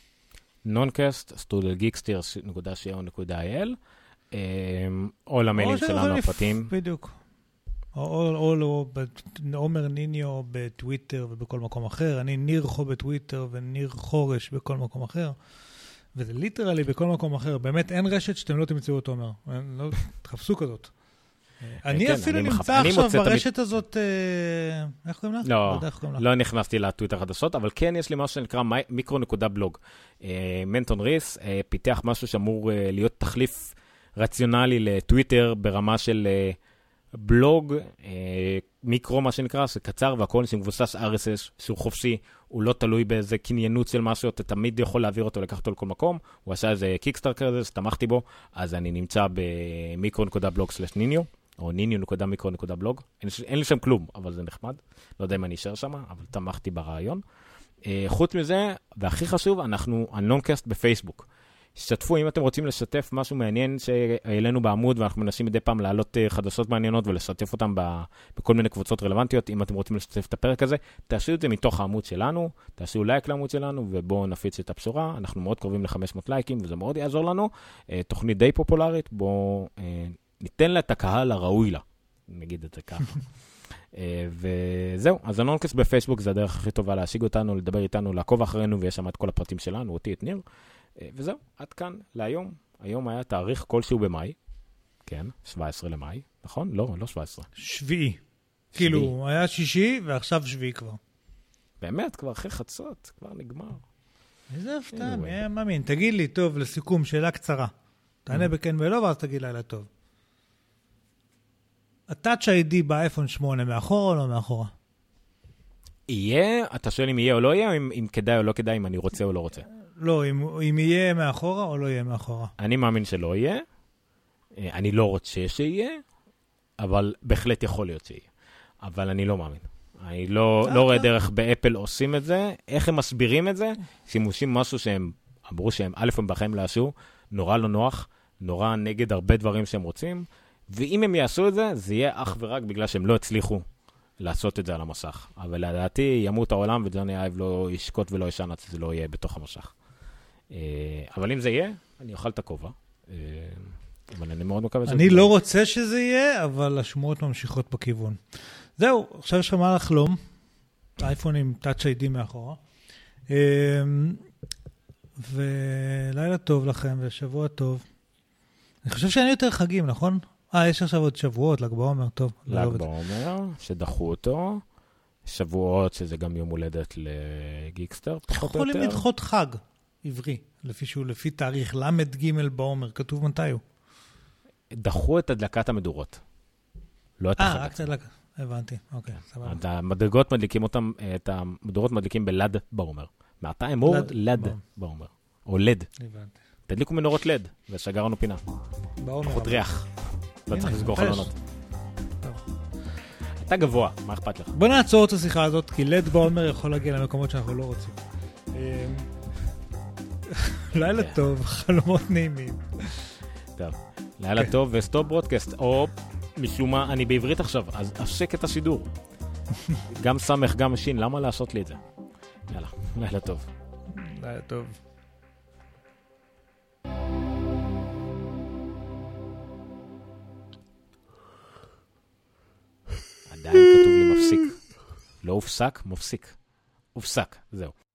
noncast@geeksters.co.il או למיילים שלנו הפרטיים. בדיוק. או עומר ניניו בטוויטר ובכל מקום אחר. אני ניר חו בטוויטר וניר חורש בכל מקום אחר. וזה ליטרלי בכל מקום אחר. באמת אין רשת שאתם לא תמצאו אותו אומר. לא תחפשו כזאת. אני אפילו נמצא עכשיו ברשת הזאת, איך קוראים לה? לא נכנסתי לטוויטר חדשות, אבל כן יש לי משהו שנקרא מיקרו.בלוג. מנטון ריס פיתח משהו שאמור להיות תחליף רציונלי לטוויטר ברמה של בלוג, מיקרו מה שנקרא, שקצר והכל שמבוסס RSS, שהוא חופשי, הוא לא תלוי באיזה קניינות של משהו, אתה תמיד יכול להעביר אותו, לקחת אותו לכל מקום, הוא עשה איזה קיקסטאר כזה, שתמכתי בו, אז אני נמצא במיקרו.blog/ניניו, או ניניו.מיקרו.בלוג, אין לי שם כלום, אבל זה נחמד, לא יודע אם אני אשאר שם, אבל תמכתי ברעיון. חוץ מזה, והכי חשוב, אנחנו הנונקאסט בפייסבוק. שתפו, אם אתם רוצים לשתף משהו מעניין שהעלינו בעמוד, ואנחנו מנסים מדי פעם להעלות חדשות מעניינות ולשתף אותם בכל מיני קבוצות רלוונטיות. אם אתם רוצים לשתף את הפרק הזה, תעשו את זה מתוך העמוד שלנו, תעשו לייק לעמוד שלנו, ובואו נפיץ את הבשורה. אנחנו מאוד קרובים ל-500 לייקים, וזה מאוד יעזור לנו. תוכנית די פופולרית, בואו ניתן לה את הקהל הראוי לה, נגיד את זה ככה. וזהו, אז הנונקאסט בפייסבוק זה הדרך הכי טובה להשיג אותנו, לדבר איתנו, לעקוב אחרינו, ויש שם את כל הפרטים שלנו, אותי, את ניר. וזהו, עד כאן להיום. היום היה תאריך כלשהו במאי. כן, 17 למאי, נכון? לא 17. שביעי. כאילו, היה שישי ועכשיו שביעי כבר. באמת, כבר אחרי חצות, כבר נגמר. איזה הפתעה, מי היה מאמין? תגיד לי, טוב, לסיכום, שאלה קצרה. תענה בכן ולא, ואז תגיד לילה טוב. הטאץ' איי-די באייפון 8 מאחורה או לא מאחורה? יהיה? אתה שואל אם יהיה או לא יהיה, או אם כדאי או לא כדאי, אם אני רוצה או לא רוצה? לא, אם יהיה מאחורה או לא יהיה מאחורה. אני מאמין שלא יהיה. אני לא רוצה שיהיה, אבל בהחלט יכול להיות שיהיה. אבל אני לא מאמין. אני לא רואה דרך באפל עושים את זה. איך הם מסבירים את זה? שימושים משהו שהם אמרו שהם א' הם בחיים לעשו, נורא לא נוח, נורא נגד הרבה דברים שהם רוצים, ואם הם יעשו את זה, זה יהיה אך ורק בגלל שהם לא הצליחו לעשות את זה על המסך. אבל לדעתי ימות העולם וג'וני אייב לא ישקוט ולא ישן, זה לא יהיה בתוך המסך. אבל אם זה יהיה, אני אוכל את הכובע. אבל אני מאוד מקווה שזה... אני לא רוצה שזה יהיה, אבל השמועות ממשיכות בכיוון. זהו, עכשיו יש לך מה לחלום. אייפון עם טאץ' איי-די מאחורה. ולילה טוב לכם ושבוע טוב. אני חושב שאני יותר חגים, נכון? יש עכשיו עוד שבועות, ל"ג בעומר, טוב. ל"ג בעומר, שדחו אותו. שבועות, שזה גם יום הולדת לגיקסטר, פחות או יותר. יכולים לדחות חג עברי, לפי תאריך ל"ג בעומר, כתוב מתי הוא. דחו את הדלקת המדורות. לא את החג. רק את הדלקת, הבנתי, אוקיי, סבבה. את המדרגות מדליקים אותם, את המדורות מדליקים בלד בעומר. מעתה אמור לד בעומר. או לד. הבנתי. תדליקו מנורות לד, וסגרנו פינה. בעומר. פחות ריח. לא צריך לסגור חלונות. אתה גבוה, מה אכפת לך? בוא נעצור את השיחה הזאת, כי לד בעומר יכול להגיע למקומות שאנחנו לא רוצים. לילה טוב, חלומות נעימים. טוב, לילה טוב וסטופ ברודקאסט, או משום מה, אני בעברית עכשיו, אז אפסק את השידור. גם סמך, גם שין, למה לעשות לי את זה? יאללה, לילה טוב. לילה טוב. עדיין כתוב לי מפסיק. לא הופסק, מפסיק. הופסק, זהו.